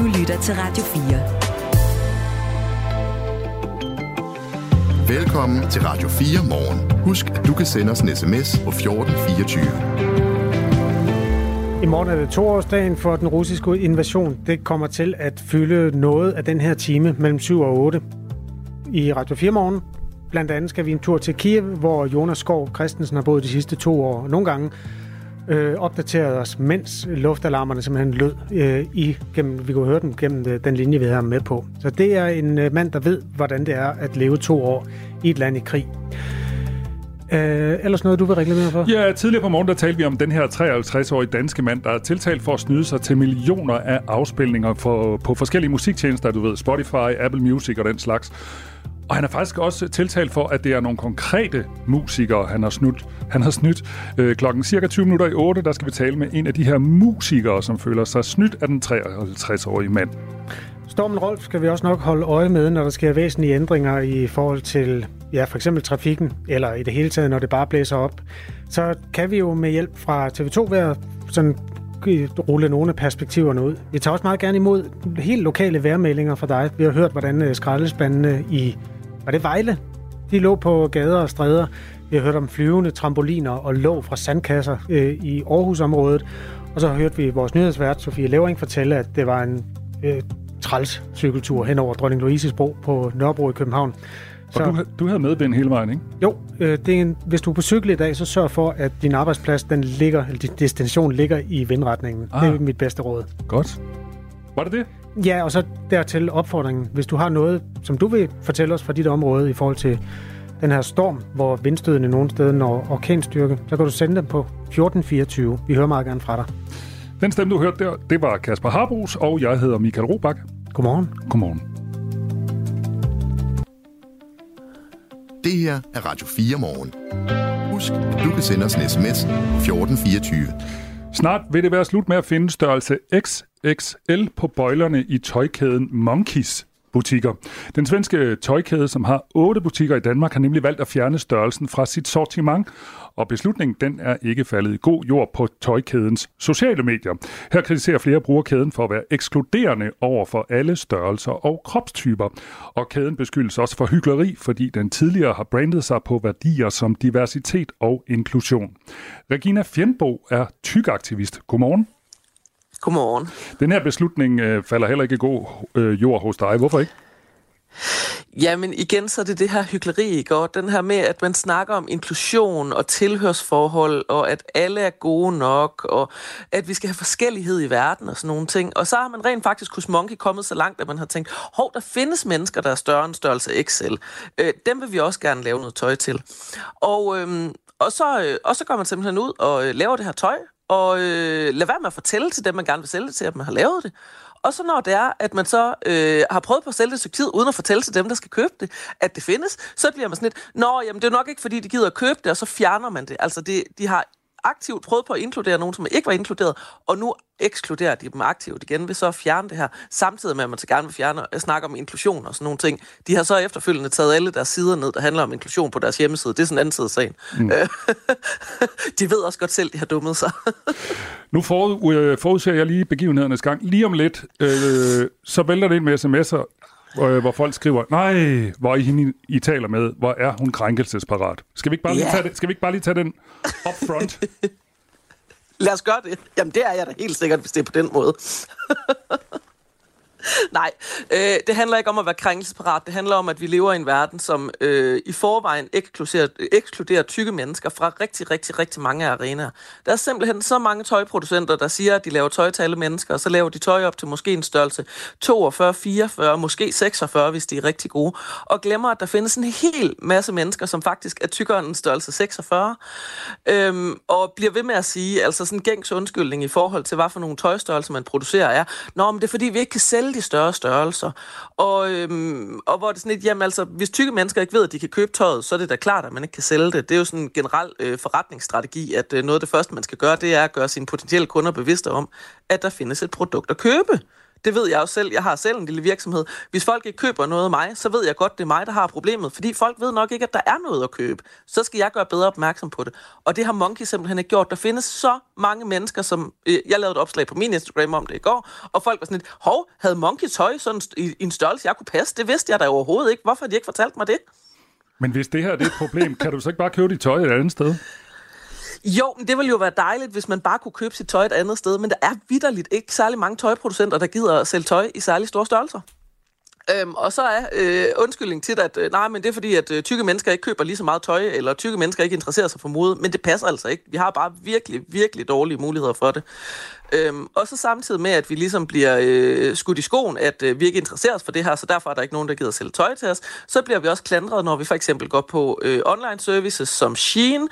Du lytter til Radio 4. Velkommen til Radio 4 morgen. Husk, at du kan sende os en sms på 1424. I morgen er det 2-årsdagen for den russiske invasion. Det kommer til at fylde noget af den her time mellem 7 og 8 i Radio 4 morgen. Blandt andet skal vi en tur til Kiev, hvor Jonas Skov Christensen har boet de sidste 2 år. Nogle gange opdateret os, mens luftalarmerne simpelthen lød vi kunne høre dem gennem den linje, vi har med på. Så det er en mand, der ved, hvordan det er at leve 2 år i et land i krig. Ellers noget, du vil reklamere for? Ja, tidligere på morgen, der talte vi om den her 53-årige danske mand, der er tiltalt for at snyde sig til millioner af afspilninger på forskellige musiktjenester, du ved, Spotify, Apple Music og den slags. Og han er faktisk også tiltalt for, at det er nogle konkrete musikere, han har snydt. Klokken cirka 20 minutter i 8, der skal vi tale med en af de her musikere, som føler sig snydt af den 53-årige mand. Stormen Rolf skal vi også nok holde øje med, når der sker væsentlige ændringer i forhold til, for eksempel trafikken, eller i det hele taget, når det bare blæser op. Så kan vi jo med hjælp fra TV2 være sådan rulle nogle af perspektiverne ud. Vi tager også meget gerne imod helt lokale vejrmeldinger fra dig. Vi har hørt, hvordan skraldespandene var det Vejle? De lå på gader og stræder. Vi har hørt om flyvende trampoliner og låg fra sandkasser i Aarhusområdet. Og så har hørt vi vores nyhedsvært, Sofie Levering, fortælle, at det var en træls cykeltur hen over Dronning Louises Bro på Nørrebro i København. Og du havde medvind hele vejen, ikke? Jo, hvis du er på cykel i dag, så sørg for, at din arbejdsplads, din destination ligger i vindretningen. Det er mit bedste råd. Godt. Var det det? Ja, og så dertil opfordringen. Hvis du har noget, som du vil fortælle os fra dit område i forhold til den her storm, hvor vindstødene nogle steder når orkanstyrke, så kan du sende dem på 1424. Vi hører meget gerne fra dig. Den stemme, du hørte der, det var Kasper Harbus, og jeg hedder Michael Robach. Godmorgen. Godmorgen. Det her er Radio 4 morgen. Husk, at du kan sende os en sms 1424. Snart vil det være slut med at finde størrelse XXL på bøjlerne i tøjkæden Monkeys butikker. Den svenske tøjkæde, som har 8 butikker i Danmark, har nemlig valgt at fjerne størrelsen fra sit sortiment, og beslutningen den er ikke faldet i god jord på tøjkædens sociale medier. Her kritiserer flere brugere kæden for at være ekskluderende over for alle størrelser og kropstyper. Og kæden beskyldes også for hykleri, fordi den tidligere har brandet sig på værdier som diversitet og inklusion. Regina Fjendbo er tykaktivist. Godmorgen. Godmorgen. Den her beslutning falder heller ikke i god jord hos dig. Hvorfor ikke? Jamen igen, så er det her hykleri, ikke? Og den her med, at man snakker om inklusion og tilhørsforhold, og at alle er gode nok, og at vi skal have forskellighed i verden og sådan nogle ting. Og så har man rent faktisk hos Monkey kommet så langt, at man har tænkt, der findes mennesker, der er større end størrelse XL. Dem vil vi også gerne lave noget tøj til. Og så går man simpelthen ud og laver det her tøj, og lad være med at fortælle til dem, man gerne vil sælge det til, at man har lavet det. Og så når det er, at man så har prøvet på at sælge det et stykke tid, uden at fortælle til dem, der skal købe det, at det findes, så bliver man sådan lidt, jamen det er nok ikke, fordi de gider at købe det, og så fjerner man det. Altså de har aktivt prøvet på at inkludere nogen, som ikke var inkluderet, og nu ekskluderer de dem aktivt igen ved så at fjerne det her, samtidig med, at man så gerne vil snakke om inklusion og sådan nogle ting. De har så efterfølgende taget alle deres sider ned, der handler om inklusion på deres hjemmeside. Det er sådan en anden side af sagen. De ved også godt selv, de har dummet sig. Nu forudser jeg lige begivenhedernes gang. Lige om lidt, så vælter det ind med sms'er, hvor folk skriver, nej, hvor er hende, I taler med, hvor er hun krænkelsesparat. Skal vi ikke bare lige tage den up front? Lad os gøre det. Jamen, det er jeg da helt sikkert, hvis det er på den måde. Nej, det handler ikke om at være krænkelsesparat. Det handler om, at vi lever i en verden, som i forvejen ekskluderer tykke mennesker fra rigtig, rigtig, rigtig mange arenaer. Der er simpelthen så mange tøjproducenter, der siger, at de laver tøj til alle mennesker, og så laver de tøj op til måske en størrelse 42, 44, måske 46, hvis de er rigtig gode, og glemmer, at der findes en hel masse mennesker, som faktisk er tykkere end en størrelse 46, og bliver ved med at sige, altså sådan en gængs undskyldning i forhold til, hvad for nogle tøjstørrelser man producerer er, men det er fordi, vi ikke kan sælge de større størrelser. Og hvor det sådan lidt, jamen altså, hvis tykke mennesker ikke ved, at de kan købe tøjet, så er det da klart, at man ikke kan sælge det. Det er jo sådan en generel forretningsstrategi, at noget af det første, man skal gøre, det er at gøre sine potentielle kunder bevidste om, at der findes et produkt at købe. Det ved jeg også selv. Jeg har selv en lille virksomhed. Hvis folk ikke køber noget af mig, så ved jeg godt, det er mig, der har problemet. Fordi folk ved nok ikke, at der er noget at købe. Så skal jeg gøre bedre opmærksom på det. Og det har Monkey simpelthen ikke gjort. Der findes så mange mennesker, som... Jeg lavede et opslag på min Instagram om det i går, og folk var sådan lidt, havde Monkey tøj sådan i en størrelse, jeg kunne passe? Det vidste jeg da overhovedet ikke. Hvorfor har de ikke fortalt mig det? Men hvis det her er et problem, kan du så ikke bare købe dit tøj et andet sted? Jo, det ville jo være dejligt, hvis man bare kunne købe sit tøj et andet sted, men der er vitterligt ikke særlig mange tøjproducenter, der gider at sælge tøj i særlig store størrelser. Og så er undskyldning til, at nej, men det er fordi, at tykke mennesker ikke køber lige så meget tøj, eller tykke mennesker ikke interesserer sig for mode, men det passer altså ikke. Vi har bare virkelig, virkelig dårlige muligheder for det. Og så samtidig med, at vi ligesom bliver skudt i skoen, at vi ikke interesserer os for det her, så derfor er der ikke nogen, der gider sælge tøj til os, så bliver vi også klandret, når vi for eksempel går på online services som Shein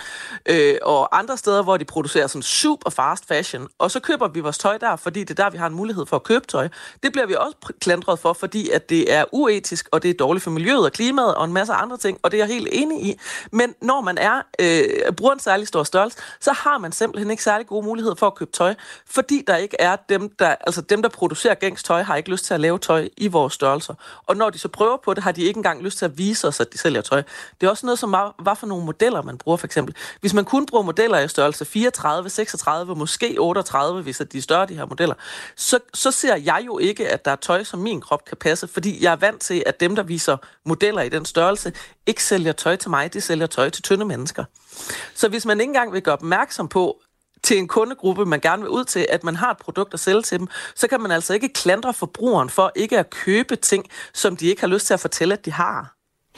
og andre steder, hvor de producerer sådan super fast fashion, og så køber vi vores tøj der, fordi det er der, vi har en mulighed for at købe tøj. Det bliver vi også klandret for, fordi at det er uetisk, og det er dårligt for miljøet og klimaet og en masse andre ting, og det er jeg helt enig i. Men når man bruger en særlig stor størrelse, så har man simpelthen ikke særlig gode muligheder for at købe tøj, fordi der ikke er dem, der producerer gængs tøj, har ikke lyst til at lave tøj i vores størrelser. Og når de så prøver på det, har de ikke engang lyst til at vise os, at de sælger tøj. Det er også noget, som hvad for nogle modeller man bruger, for eksempel. Hvis man kun bruger modeller i størrelse 34, 36, måske 38, hvis de er større, de her modeller, så ser jeg jo ikke, at der er tøj, som min krop kan passe, fordi jeg er vant til, at dem, der viser modeller i den størrelse, ikke sælger tøj til mig, de sælger tøj til tynde mennesker. Så hvis man ikke engang vil gøre opmærksom på, til en kundegruppe, man gerne vil ud til, at man har et produkt at sælge til dem, så kan man altså ikke klandre forbrugeren for ikke at købe ting, som de ikke har lyst til at fortælle, at de har.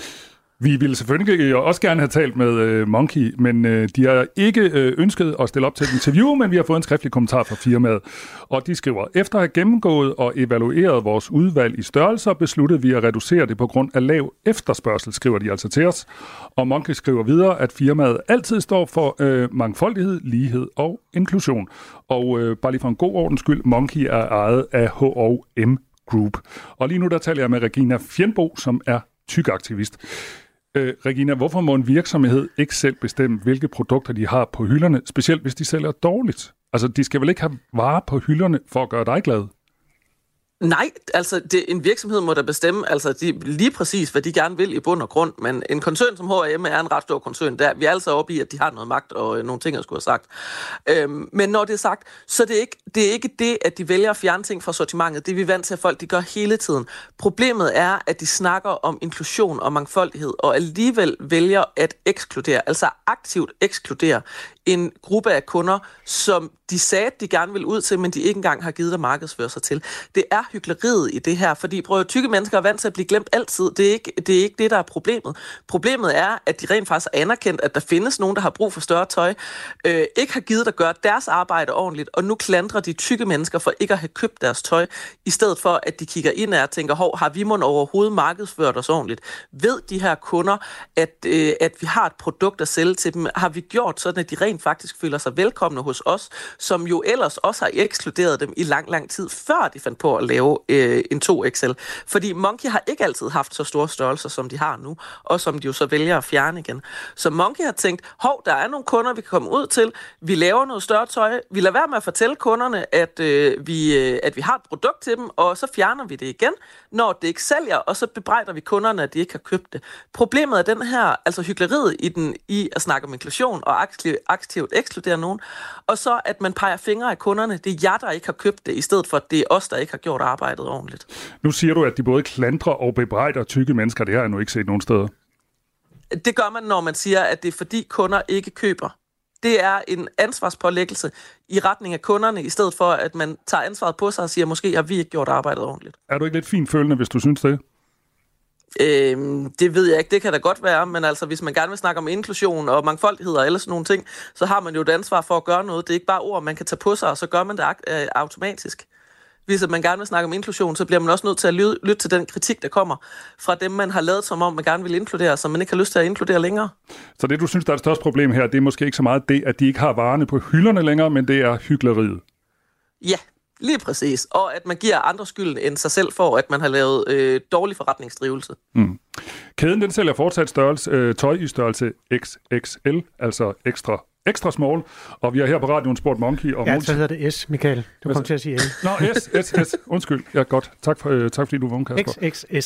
Vi ville selvfølgelig også gerne have talt med Monkey, men de har ikke ønsket at stille op til et interview, men vi har fået en skriftlig kommentar fra firmaet. Og de skriver, efter at have gennemgået og evalueret vores udvalg i størrelser, besluttede vi at reducere det på grund af lav efterspørgsel, skriver de altså til os. Og Monkey skriver videre, at firmaet altid står for mangfoldighed, lighed og inklusion. Og bare lige for en god ordens skyld, Monkey er ejet af H&M Group. Og lige nu der taler jeg med Regina Fjendbo, som er tykaktivist. Regina, hvorfor må en virksomhed ikke selv bestemme, hvilke produkter de har på hylderne, specielt hvis de sælger dårligt? Altså, de skal vel ikke have varer på hylderne for at gøre dig glad? Nej, altså en virksomhed må da bestemme lige præcis, hvad de gerne vil i bund og grund, men en koncern som H&M er en ret stor koncern. Vi er altså oppe i, at de har noget magt og nogle ting, jeg skulle have sagt. Men når det er sagt, så det er ikke det, at de vælger at fjerne ting fra sortimentet. Det er vi vant til, at folk de gør hele tiden. Problemet er, at de snakker om inklusion og mangfoldighed, og alligevel vælger at ekskludere, altså aktivt ekskludere en gruppe af kunder, som de sagde, at de gerne vil ud til, men de ikke engang har givet at markedsføre sig til. Det er hykleriet i det her, fordi tykke mennesker er vant til at blive glemt altid. Det er ikke det, der er problemet. Problemet er, at de rent faktisk har anerkendt, at der findes nogen, der har brug for større tøj, ikke har givet at gøre deres arbejde ordentligt, og nu klandrer de tykke mennesker for ikke at have købt deres tøj, i stedet for, at de kigger ind og tænker, har vi overhovedet markedsført os ordentligt? Ved de her kunder, at vi har et produkt at sælge til dem? Har vi gjort sådan, at de rent faktisk føler sig velkomne hos os, som jo ellers også har ekskluderet dem i lang, lang tid, før de fandt på at lave en 2XL. Fordi Monkey har ikke altid haft så store størrelser, som de har nu, og som de jo så vælger at fjerne igen. Så Monkey har tænkt, der er nogle kunder, vi kan komme ud til, vi laver noget større tøj, vi lader være med at fortælle kunderne, at vi har et produkt til dem, og så fjerner vi det igen, når det ikke sælger, og så bebrejder vi kunderne, at de ikke har købt det. Problemet er den her, altså hykleriet i at snakke om inklusion og aktivt ekskludere nogen, og så at man peger fingre af kunderne. Det er jer, der ikke har købt det, i stedet for at det er os, der ikke har gjort arbejdet ordentligt. Nu siger du, at de både klandrer og bebrejder tykke mennesker. Det har jeg nu ikke set nogen steder. Det gør man, når man siger, at det er fordi kunder ikke køber. Det er en ansvarspålæggelse i retning af kunderne, i stedet for at man tager ansvaret på sig og siger, måske har vi ikke gjort arbejdet ordentligt. Er du ikke lidt finfølende, hvis du synes det? Det ved jeg ikke, det kan da godt være, men altså hvis man gerne vil snakke om inklusion og mangfoldighed og ellers sådan nogle ting, så har man jo et ansvar for at gøre noget. Det er ikke bare ord, man kan tage på sig, og så gør man det automatisk. Hvis man gerne vil snakke om inklusion, så bliver man også nødt til at lytte til den kritik, der kommer fra dem, man har lavet som om, man gerne vil inkludere, som man ikke har lyst til at inkludere længere. Så det, du synes, der er det største problem her, det er måske ikke så meget det, at de ikke har varerne på hylderne længere, men det er hykleriet. Ja, lige præcis. Og at man giver andre skylden end sig selv for, at man har lavet dårlig forretningsdrivelse. Kæden den sælger fortsat tøj i størrelse XXL, altså ekstra extra small, og vi er her på radioen Sport Monkey. Og ja, så hedder det S, Michael. Du kom til at sige L. Nå, S. Undskyld. Ja, godt. Tak fordi du var med, Kasper.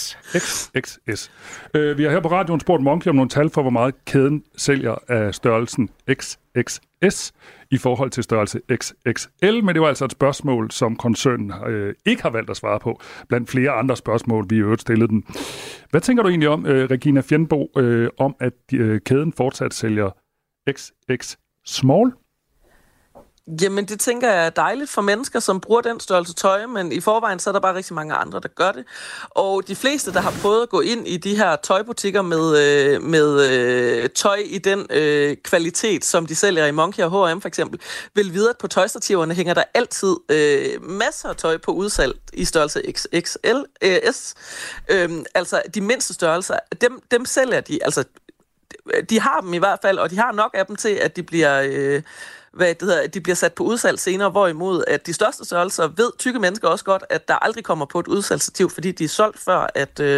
XXS. Vi er her på radioen Sport Monkey om nogle tal for, hvor meget kæden sælger af størrelsen XXS i forhold til størrelse XXL, men det var altså et spørgsmål, som koncernen ikke har valgt at svare på, blandt flere andre spørgsmål, vi i øvrigt stillede den. Hvad tænker du egentlig om, Regina Fjendbo, om at kæden fortsat sælger XX Small? Jamen, det tænker jeg er dejligt for mennesker, som bruger den størrelse tøj, men i forvejen så er der bare rigtig mange andre, der gør det. Og de fleste, der har prøvet at gå ind i de her tøjbutikker med tøj i den kvalitet, som de sælger i Monkey og H&M for eksempel, vil vide, at på tøjstativerne hænger der altid masser af tøj på udsalg i størrelse XXL. Altså, de mindste størrelser, dem sælger de. Altså, de har dem i hvert fald, og de har nok af dem til, at de bliver... de bliver sat på udsalg senere, hvorimod at de største størrelser ved tykke mennesker også godt, at der aldrig kommer på et udsalgsstativ, fordi de er solgt før,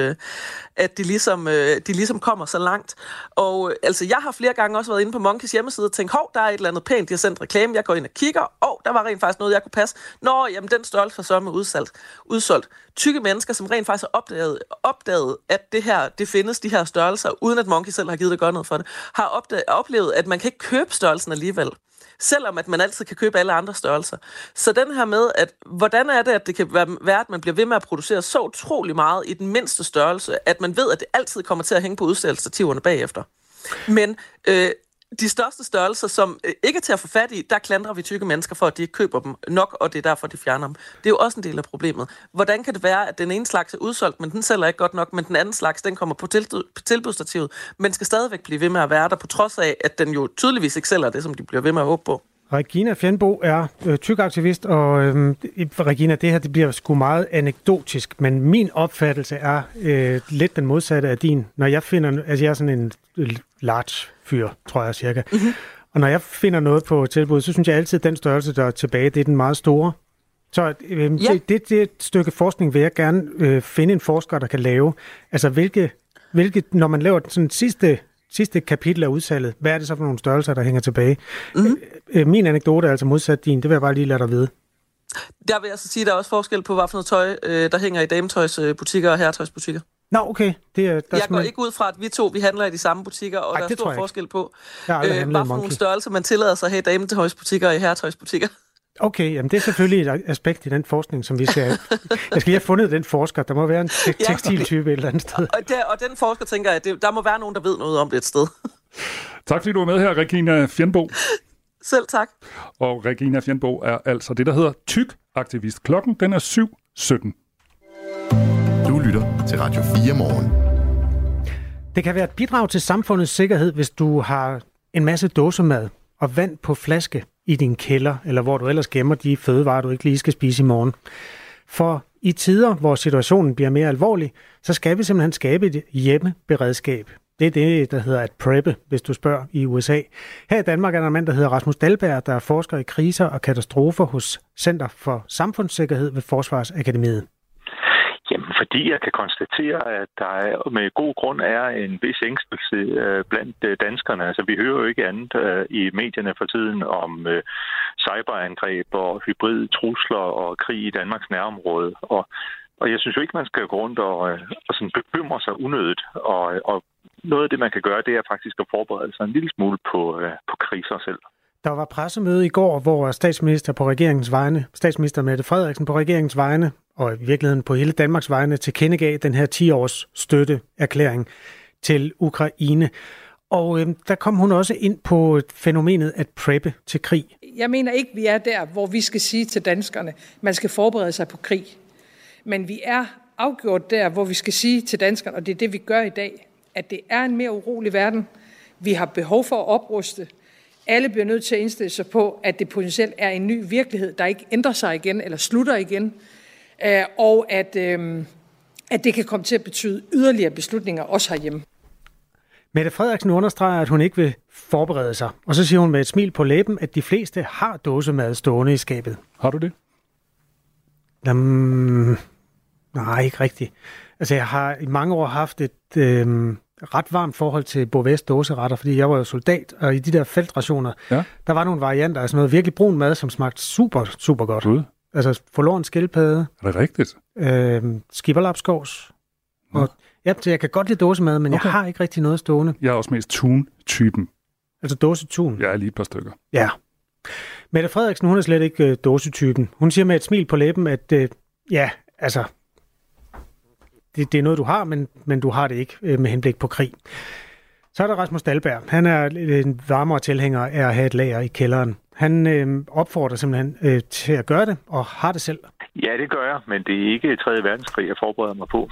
at de ligesom kommer så langt. Og altså, jeg har flere gange også været inde på Monkeys hjemmeside og tænkt, der er et eller andet pænt, de har sendt reklame, jeg går ind og kigger, der var rent faktisk noget, jeg kunne passe. Jamen den størrelse var så med udsolgt. Tykke mennesker, som rent faktisk har opdaget, at det findes, de her størrelser, uden at Monkey selv har givet at gøre noget for det, har oplevet, at man kan ikke købe størrelsen alligevel. Selvom at man altid kan købe alle andre størrelser. Så den her med, at hvordan er det, at det kan være, at man bliver ved med at producere så utrolig meget i den mindste størrelse, at man ved, at det altid kommer til at hænge på udstillelsesstativerne bagefter. Men de største størrelser, som ikke er til at få fat i, der klandrer vi tykke mennesker for, at de ikke køber dem nok, og det er derfor, de fjerner dem. Det er jo også en del af problemet. Hvordan kan det være, at den ene slags er udsolgt, men den sælger ikke godt nok, men den anden slags, den kommer på tilbudsstativet, men skal stadigvæk blive ved med at være der, på trods af, at den jo tydeligvis ikke sælger det, som de bliver ved med at håbe på. Regina Fjendbo er tykaktivist, og Regina, det her det bliver sgu meget anekdotisk, men min opfattelse er lidt den modsatte af din. Når jeg finder, jeg er sådan en large fyr, tror jeg cirka, og når jeg finder noget på tilbud, så synes jeg altid, at den størrelse, der er tilbage, det er den meget store. Så det er et stykke forskning, vil jeg gerne finde en forsker, der kan lave. Altså, hvilke når man laver sådan sidste kapitel af udsalget, hvad er det så for nogle størrelser, der hænger tilbage? Min anekdote er altså modsat din, det vil jeg bare lige lade dig vide. Der vil jeg så sige, at der er også forskel på, hvad for noget tøj, der hænger i dametøjsbutikker og herretøjsbutikker. Nå, okay. Jeg går ikke ud fra, at vi handler i de samme butikker, og der er stor forskel på, hvad for nogle størrelser man tillader sig at have i dametøjsbutikker og i herretøjsbutikker. Okay, jamen det er selvfølgelig et aspekt i den forskning, som vi skal... Jeg skal lige have fundet den forsker. Der må være en tekstiltype et eller andet sted. Og den forsker tænker jeg, der må være nogen, der ved noget om det et sted. Tak fordi du var med her, Regina Fjendbo. Selv tak. Og Regina Fjendbo er altså det, der hedder tyk-aktivist. Klokken, den er 7:17. Du lytter til Radio 4 morgen. Det kan være et bidrag til samfundets sikkerhed, hvis du har en masse dåsemad og vand på flaske i din kælder, eller hvor du ellers gemmer de fødevarer, du ikke lige skal spise i morgen. For i tider, hvor situationen bliver mere alvorlig, så skal vi simpelthen skabe et hjemmeberedskab. Det er det, der hedder at preppe, hvis du spørger i USA. Her i Danmark er der en mand, der hedder Rasmus Dahlberg, der er forsker i kriser og katastrofer hos Center for Samfundssikkerhed ved Forsvarsakademiet. Jamen, fordi jeg kan konstatere, at der med god grund er en vis ængstelse blandt danskerne. Altså, vi hører jo ikke andet i medierne for tiden om cyberangreb og hybride trusler og krig i Danmarks nærområde. Og jeg synes jo ikke, man skal gå rundt og sådan bekymre sig unødigt. Og noget af det, man kan gøre, det er faktisk at forberede sig en lille smule på kriser selv. Der var pressemøde i går, hvor statsminister Mette Frederiksen på regeringens vegne, og i virkeligheden på hele Danmarks vegne, tilkendegav den her 10-års støtteerklæring til Ukraine. Og der kom hun også ind på fænomenet at preppe til krig. Jeg mener ikke, vi er der, hvor vi skal sige til danskerne, man skal forberede sig på krig. Men vi er afgjort der, hvor vi skal sige til danskerne, og det er det, vi gør i dag, at det er en mere urolig verden. Vi har behov for at opruste. Alle bliver nødt til at indstille sig på, at det potentielt er en ny virkelighed, der ikke ændrer sig igen eller slutter igen, og at det kan komme til at betyde yderligere beslutninger også herhjemme. Mette Frederiksen understreger, at hun ikke vil forberede sig, og så siger hun med et smil på læben, at de fleste har dåsemad stående i skabet. Har du det? Nej, ikke rigtigt. Altså, jeg har i mange år haft ret varmt forhold til Beauvais dåseretter, fordi jeg var jo soldat, og i de der feltrationer, der var nogle varianter af sådan noget virkelig brun mad, som smagte super, super godt. Gud. Altså forloren skildpadde. Er det rigtigt? Skipperlapskovs. Og jeg kan godt lide dåsemad, men jeg har ikke rigtig noget stående. Jeg er også mest tun-typen. Altså dåsetun? Jeg er lige et par stykker. Ja. Mette Frederiksen, hun er slet ikke dåsetypen. Hun siger med et smil på læben, at altså, det er noget, du har, men du har det ikke med henblik på krig. Så er der Rasmus Dahlberg. Han er en varmere tilhænger af at have et lager i kælderen. Han opfordrer simpelthen til at gøre det, og har det selv. Ja, det gør jeg, men det er ikke 3. verdenskrig, jeg forbereder mig på.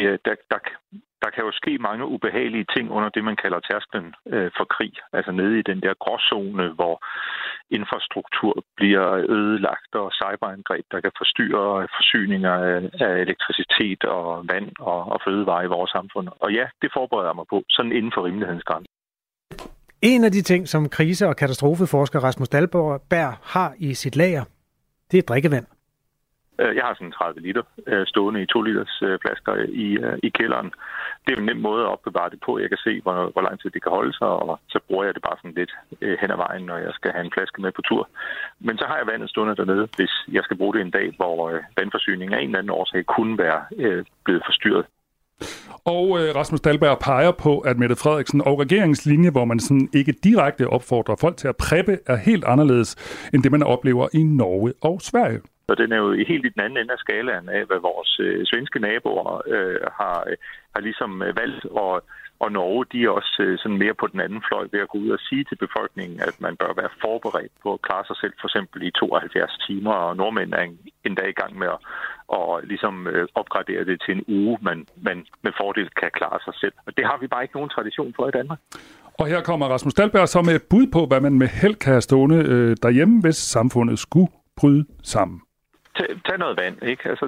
Der kan jo ske mange ubehagelige ting under det, man kalder tærsklen for krig. Altså nede i den der gråzone, hvor infrastruktur bliver ødelagt, og cyberangreb, der kan forstyrre forsyninger af elektricitet og vand og fødevarer i vores samfund. Og ja, det forbereder jeg mig på, sådan inden for rimelighedens grænse. En af de ting, som krise- og katastrofeforsker Rasmus Dahlberg har i sit lager, det er drikkevand. Jeg har sådan 30 liter stående i 2 liters flasker i kælderen. Det er en nem måde at opbevare det på. Jeg kan se, hvor lang tid det kan holde sig, og så bruger jeg det bare sådan lidt hen ad vejen, når jeg skal have en flaske med på tur. Men så har jeg vandet stående dernede, hvis jeg skal bruge det en dag, hvor vandforsyningen af en eller anden årsag kunne være blevet forstyrret. Og Rasmus Dahlberg peger på, at Mette Frederiksen og regeringens linje, hvor man sådan ikke direkte opfordrer folk til at preppe, er helt anderledes end det, man oplever i Norge og Sverige. Og den er jo helt i den anden ende af skalaen af, hvad vores svenske naboer har ligesom valgt. Og Norge, de er også sådan mere på den anden fløj ved at gå ud og sige til befolkningen, at man bør være forberedt på at klare sig selv for eksempel i 72 timer. Og nordmænd er endda i gang med at ligesom opgradere det til en uge, man med fordel kan klare sig selv. Og det har vi bare ikke nogen tradition for i Danmark. Og her kommer Rasmus Dahlberg så med et bud på, hvad man med held kan have stående derhjemme, hvis samfundet skulle bryde sammen. Tag noget vand, ikke? Altså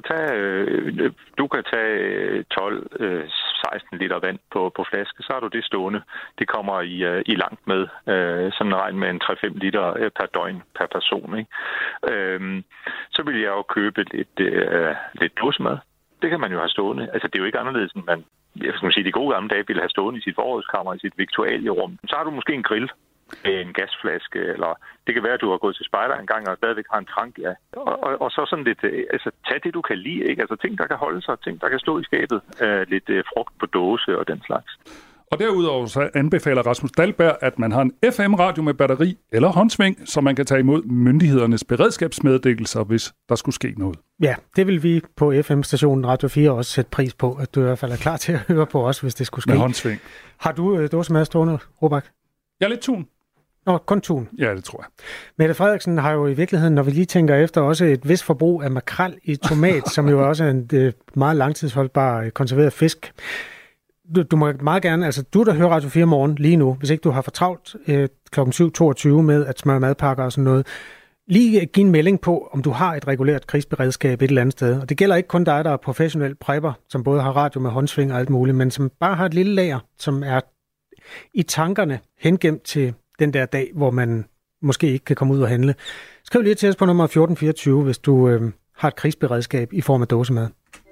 du kan tage 12-16 liter vand på flaske, så har du det stående. Det kommer i langt med, sådan regn med en 3-5 liter per døgn per person, ikke? Så vil jeg jo købe lidt dåsemad. Det kan man jo have stående. Altså det er jo ikke anderledes, end man, jeg skal sige, de gode gamle dage ville have stående i sit forrådskammer, i sit viktualierum. Så har du måske en grill, en gasflaske, eller det kan være, at du har gået til spejder en gang og stadigvæk har en trank, ja. Og så sådan lidt, altså tag det, du kan lide, ikke? Altså ting, der kan holde sig, ting, der kan stå i skabet, lidt frugt på dåse og den slags. Og derudover så anbefaler Rasmus Dahlberg, at man har en FM-radio med batteri eller håndsving, så man kan tage imod myndighedernes beredskabsmeddelelser, hvis der skulle ske noget. Ja, det vil vi på FM-stationen Radio 4 også sætte pris på, at du i hvert fald er klar til at høre på os, hvis det skulle ske. Med håndsving. Har du dåsemad stående, Robak? Jeg er lidt tun. Nå, kun tun. Ja, det tror jeg. Mette Frederiksen har jo i virkeligheden, når vi lige tænker efter, også et vist forbrug af makrel i tomat, som jo også er en meget langtidsholdbar konserveret fisk. Du må meget gerne, altså du der hører Radio 4 morgen lige nu, hvis ikke du har for travlt kl. 7.22 med at smøre madpakker og sådan noget, lige give en melding på, om du har et regulært krigsberedskab et eller andet sted. Og det gælder ikke kun dig, der er professionel prepper, som både har radio med håndsving og alt muligt, men som bare har et lille lager, som er i tankerne hengemt til den der dag, hvor man måske ikke kan komme ud og handle. Skriv lige til os på nummer 1424, hvis du har et krigsberedskab i form af dåsemad.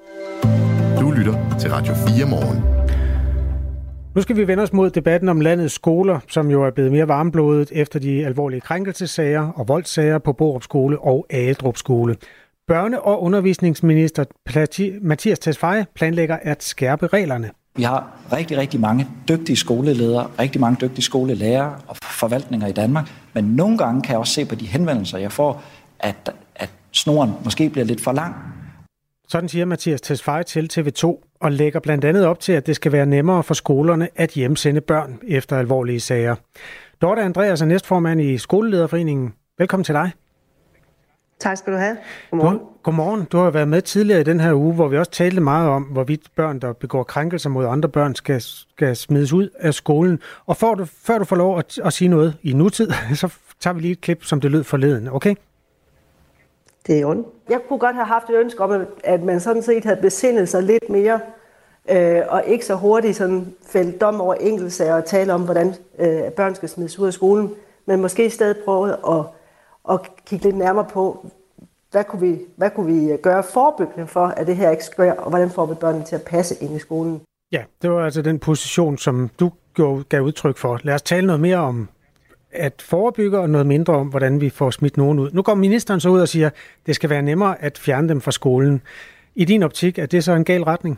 Du lytter til Radio 4 morgen. Nu skal vi vende os mod debatten om landets skoler, som jo er blevet mere varmblodet efter de alvorlige krænkelsessager og voldssager på Borup Skole og Agedrup Skole. Børne- og undervisningsminister Mattias Tesfaye planlægger at skærpe reglerne. Vi har rigtig, rigtig mange dygtige skoleledere, rigtig mange dygtige skolelærere og forvaltninger i Danmark. Men nogle gange kan jeg også se på de henvendelser, jeg får, at snoren måske bliver lidt for lang. Sådan siger Mattias Tesfaye til TV2 og lægger blandt andet op til, at det skal være nemmere for skolerne at hjemsende børn efter alvorlige sager. Dorte Andreas er næstformand i Skolelederforeningen. Velkommen til dig. Tak skal du have. Godmorgen. Godmorgen. Du har været med tidligere i den her uge, hvor vi også talte meget om, hvorvidt børn, der begår krænkelser mod andre børn, skal smides ud af skolen. Og før du får lov at sige noget i nutid, så tager vi lige et klip, som det lød forleden. Okay? Det er ondt. Jeg kunne godt have haft et ønske om, at man sådan set havde besindet sig lidt mere, og ikke så hurtigt sådan fælde dom over enkeltsager og tale om, hvordan børn skal smides ud af skolen, men måske i stedet prøve at kigge lidt nærmere på, hvad kunne vi gøre forebyggende for, at det her ikke sker, og hvordan får vi børnene til at passe ind i skolen. Ja, det var altså den position, som du gav udtryk for. Lad os tale noget mere om at forebygge, og noget mindre om, hvordan vi får smidt nogen ud. Nu går ministeren så ud og siger, at det skal være nemmere at fjerne dem fra skolen. I din optik, er det så en gal retning?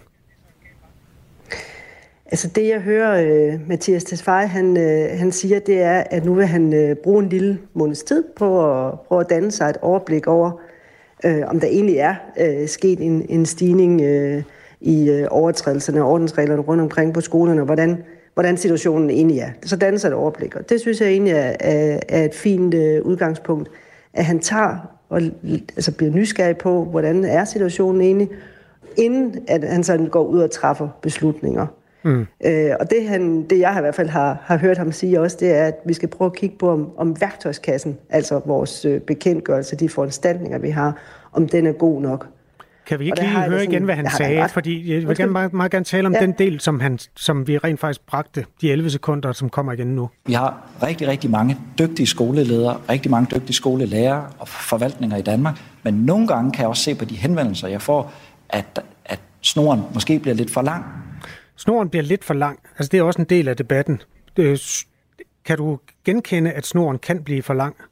Altså det, jeg hører Mathias Tesfaye, han siger, det er, at nu vil han bruge en lille måneds tid på at danne sig et overblik over, om der egentlig er sket en stigning i overtrædelserne af ordensreglerne rundt omkring på skolerne, og hvordan situationen egentlig er. Så danner sig et overblik, og det synes jeg egentlig er et fint udgangspunkt, at han tager og altså bliver nysgerrig på, hvordan er situationen egentlig, inden at han sådan går ud og træffer beslutninger. Og det jeg i hvert fald har hørt ham sige også, det er, at vi skal prøve at kigge på, om værktøjskassen, altså vores bekendtgørelse, de foranstaltninger, vi har, om den er god nok. Kan vi ikke lige høre igen, hvad han sagde? Fordi jeg vil meget gerne tale om den del, som vi rent faktisk bragte, de 11 sekunder, som kommer igen nu. Vi har rigtig, rigtig mange dygtige skoleledere, rigtig mange dygtige skolelærere og forvaltninger i Danmark, men nogle gange kan jeg også se på de henvendelser, jeg får, at snoren måske bliver lidt for lang. Snoren bliver lidt for lang. Altså det er også en del af debatten. Kan du genkende, at snoren kan blive for lang?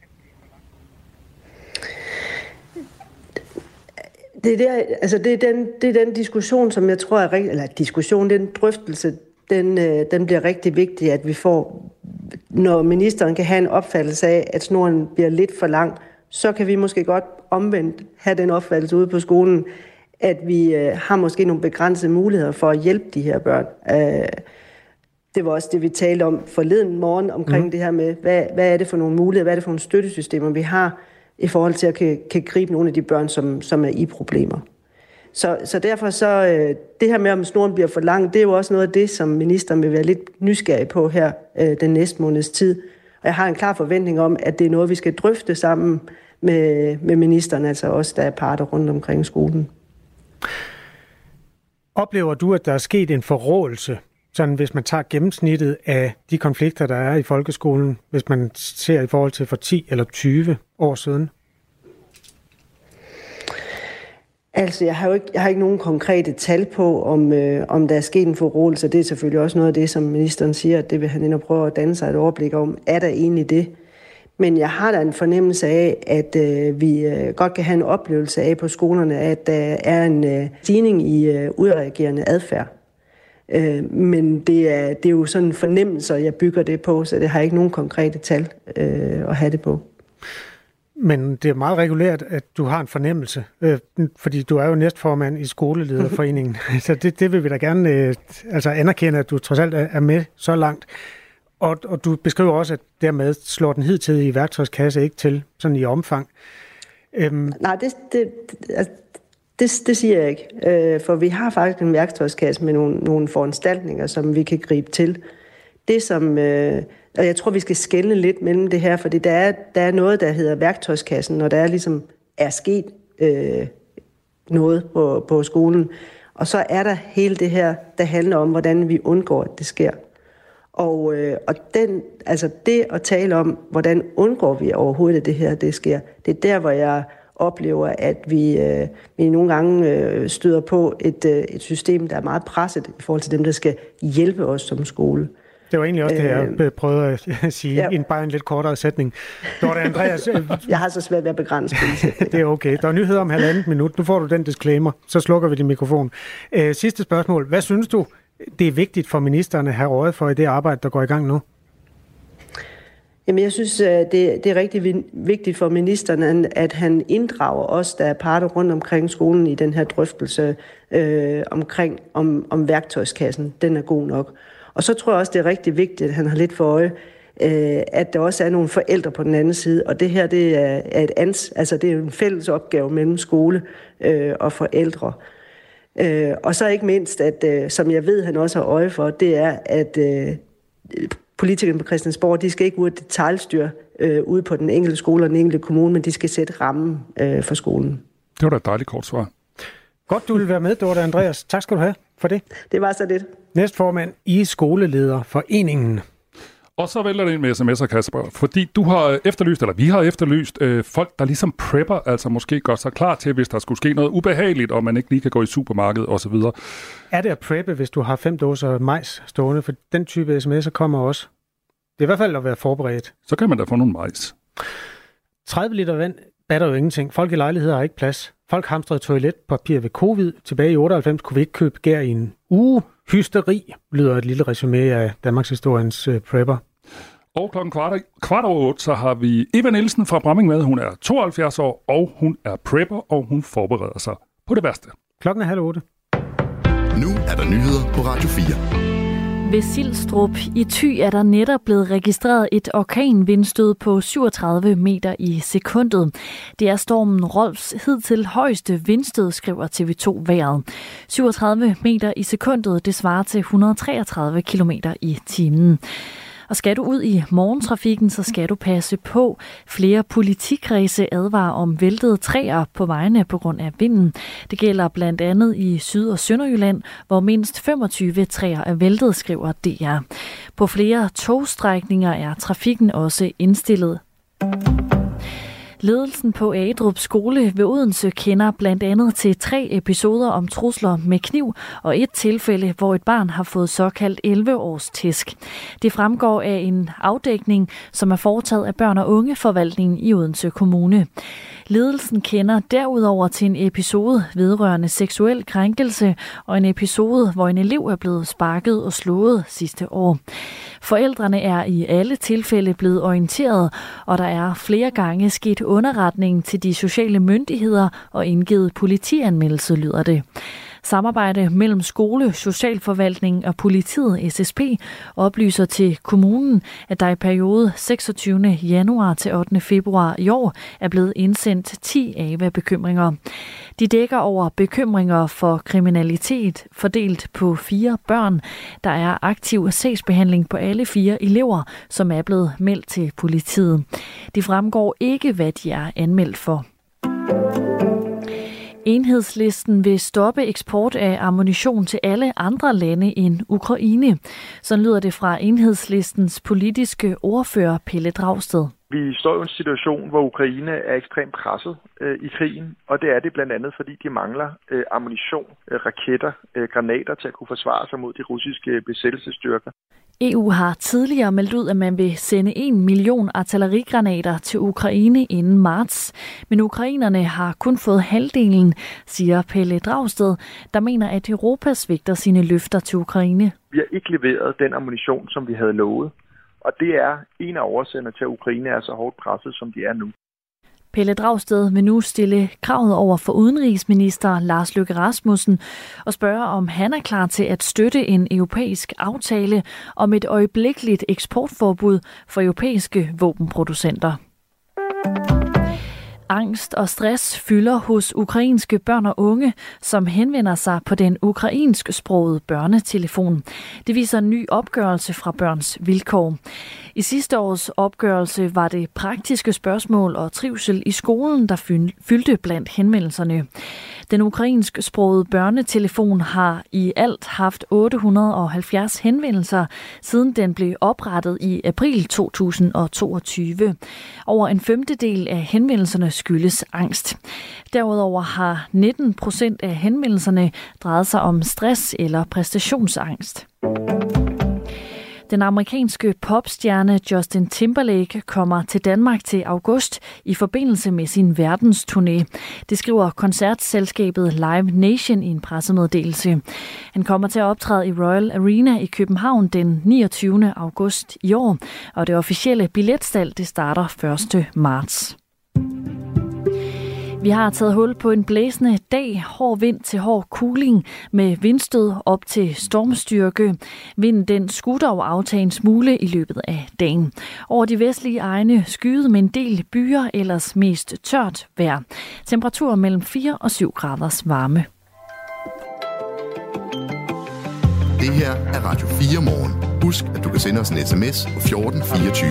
Det er den diskussion, som jeg tror er rigtig, eller diskussion, den drøftelse, den bliver rigtig vigtig, at vi får, når ministeren kan have en opfattelse af, at snoren bliver lidt for lang, så kan vi måske godt omvendt have den opfattelse ude på skolen, at vi har måske nogle begrænsede muligheder for at hjælpe de her børn. Det var også det, vi talte om forleden morgen omkring det her med, hvad er det for nogle muligheder, hvad er det for nogle støttesystemer, vi har i forhold til at kan gribe nogle af de børn, som er i problemer. Så derfor det her med, om snoren bliver for lang, det er jo også noget af det, som ministeren vil være lidt nysgerrig på her den næste måneds tid. Og jeg har en klar forventning om, at det er noget, vi skal drøfte sammen med ministeren, altså også der er parter rundt omkring skolen. Oplever du, at der er sket en forrådelse, sådan hvis man tager gennemsnittet af de konflikter, der er i folkeskolen, hvis man ser i forhold til for 10 eller 20 år siden? Altså, jeg har ikke nogen konkrete tal på, om der er sket en forrådelse. Det er selvfølgelig også noget af det, som ministeren siger, at det vil han ind og prøve at danne sig et overblik om. Er der egentlig det? Men jeg har da en fornemmelse af, at vi godt kan have en oplevelse af på skolerne, at der er en stigning i udreagerende adfærd. Men det er jo sådan fornemmelser, jeg bygger det på, så det har ikke nogen konkrete tal at have det på. Men det er meget regulært, at du har en fornemmelse, fordi du er jo næstformand i Skolelederforeningen. Så det vil vi da gerne anerkende, at du trods alt er med så langt. Og du beskriver også, at dermed slår den hidtidige værktøjskasse ikke til, sådan i omfang. Nej, det siger jeg ikke. For vi har faktisk en værktøjskasse med nogle foranstaltninger, som vi kan gribe til. Det som, og jeg tror, vi skal skelne lidt mellem det her, fordi der er noget, der hedder værktøjskassen, når der ligesom er sket noget på skolen. Og så er der hele det her, der handler om, hvordan vi undgår, at det sker. Og det at tale om, hvordan undgår vi overhovedet, at det her det sker, det er der, hvor jeg oplever, at vi nogle gange støder på et system, der er meget presset i forhold til dem, der skal hjælpe os som skole. Det var egentlig også det, jeg prøvede at sige, ja. Bare en lidt kortere sætning. Dorte Andreas, jeg har så svært ved at begrænse det. Det er okay. Der er nyheder om 1,5 minut. Nu får du den disclaimer, så slukker vi din mikrofon. Sidste spørgsmål. Hvad synes du, det er vigtigt for ministeren at have øje for i det arbejde, der går i gang nu? Jamen, jeg synes, det er rigtig vigtigt for ministeren, at han inddrager os, der er parter rundt omkring skolen i den her drøftelse omkring, om værktøjskassen, den er god nok. Og så tror jeg også, det er rigtig vigtigt, at han har lidt for øje, at der også er nogle forældre på den anden side. Og det her, det er det er en fælles opgave mellem skole og forældre. Og så ikke mindst, at som jeg ved, han også har øje for, det er, at politikerne på Christiansborg, de skal ikke ud og detailstyre ude på den enkelte skole og den enkelte kommune, men de skal sætte rammen for skolen. Det var da et dejligt kort svar. Godt, du vil være med, Dorte Andreas. Tak skal du have for det. Det var så lidt. Næstformand i Skolelederforeningen. Og så vælger det ind med sms'er, Kasper, fordi du har efterlyst, eller vi har efterlyst folk, der ligesom prepper, altså måske gør sig klar til, hvis der skulle ske noget ubehageligt, og man ikke lige kan gå i supermarkedet osv. Er det at preppe, hvis du har 5 dåser majs stående? For den type sms'er kommer også. Det er i hvert fald at være forberedt. Så kan man da få nogle majs. 30 liter vand batter jo ingenting. Folk i lejligheder har ikke plads. Folk hamstrede toiletpapir ved covid. Tilbage i 98 kunne vi ikke købe gær i en uge. Hysteri lyder et lille resumé af Danmarks historiens prepper. Og klokken 7:15, så har vi Eva Nielsen fra Bramming med. Hun er 72 år, og hun er prepper, og hun forbereder sig på det værste. Klokken er 7:30. Nu er der nyheder på Radio 4. Ved Silstrup i Thy er der netop blevet registreret et orkanvindstød på 37 meter i sekundet. Det er stormen Rolfs hidtil højeste vindstød, skriver TV2 Vejret. 37 meter i sekundet, det svarer til 133 kilometer i timen. Og skal du ud i morgentrafikken, så skal du passe på. Flere politikredse advarer om væltede træer på vejene på grund af vinden. Det gælder blandt andet i Syd- og Sønderjylland, hvor mindst 25 træer er væltet, skriver DR. På flere togstrækninger er trafikken også indstillet. Ledelsen på Agedrup skole ved Odense kender blandt andet til 3 episoder om trusler med kniv og et tilfælde, hvor et barn har fået såkaldt 11-års tæsk. Det fremgår af en afdækning, som er foretaget af børn- og ungeforvaltningen i Odense Kommune. Ledelsen kender derudover til en episode vedrørende seksuel krænkelse og en episode, hvor en elev er blevet sparket og slået sidste år. Forældrene er i alle tilfælde blevet orienteret, og der er flere gange sket underretning til de sociale myndigheder og indgivet politianmeldelse, lyder det. Samarbejde mellem skole, socialforvaltning og politiet SSP oplyser til kommunen, at der i periode 26. januar til 8. februar i år er blevet indsendt 10 AVA-bekymringer. De dækker over bekymringer for kriminalitet fordelt på 4 børn. Der er aktiv sagsbehandling på alle 4 elever, som er blevet meldt til politiet. Det fremgår ikke, hvad de er anmeldt for. Enhedslisten vil stoppe eksport af ammunition til alle andre lande end Ukraine. Så lyder det fra Enhedslistens politiske ordfører Pelle Dragsted. Vi står i en situation, hvor Ukraine er ekstremt presset i krigen, og det er det blandt andet, fordi de mangler ammunition, raketter, granater til at kunne forsvare sig mod de russiske besættelsesstyrker. EU har tidligere meldt ud, at man vil sende 1 million artillerigranater til Ukraine inden marts. Men ukrainerne har kun fået halvdelen, siger Pelle Dragsted, der mener, at Europa svigter sine løfter til Ukraine. Vi har ikke leveret den ammunition, som vi havde lovet. Og det er en af årsagerne til, at Ukraine er så hårdt presset, som de er nu. Pelle Dragsted vil nu stille kravet over for udenrigsminister Lars Løkke Rasmussen og spørge, om han er klar til at støtte en europæisk aftale om et øjeblikkeligt eksportforbud for europæiske våbenproducenter. Angst og stress fylder hos ukrainske børn og unge, som henvender sig på den ukrainsksprogede børnetelefon. Det viser en ny opgørelse fra Børns Vilkår. I sidste års opgørelse var det praktiske spørgsmål og trivsel i skolen, der fyldte blandt henvendelserne. Den ukrainsksprogede børnetelefon har i alt haft 870 henvendelser, siden den blev oprettet i april 2022. Over en femtedel af henvendelserne skyldes angst. Derudover har 19% af henvendelserne drejet sig om stress eller præstationsangst. Den amerikanske popstjerne Justin Timberlake kommer til Danmark til august i forbindelse med sin verdensturné. Det skriver koncertselskabet Live Nation i en pressemeddelelse. Han kommer til at optræde i Royal Arena i København den 29. august i år, og det officielle billetsalg det starter 1. marts. Vi har taget hul på en blæsende dag, hård vind til hård kuling med vindstød op til stormstyrke. Vinden den skulle dog aftage en smule i løbet af dagen. Over de vestlige egne skyet med en del byer, ellers mest tørt vejr. Temperaturer mellem 4 og 7 graders varme. Det her er Radio 4 morgen. Husk, at du kan sende os en sms på 1424.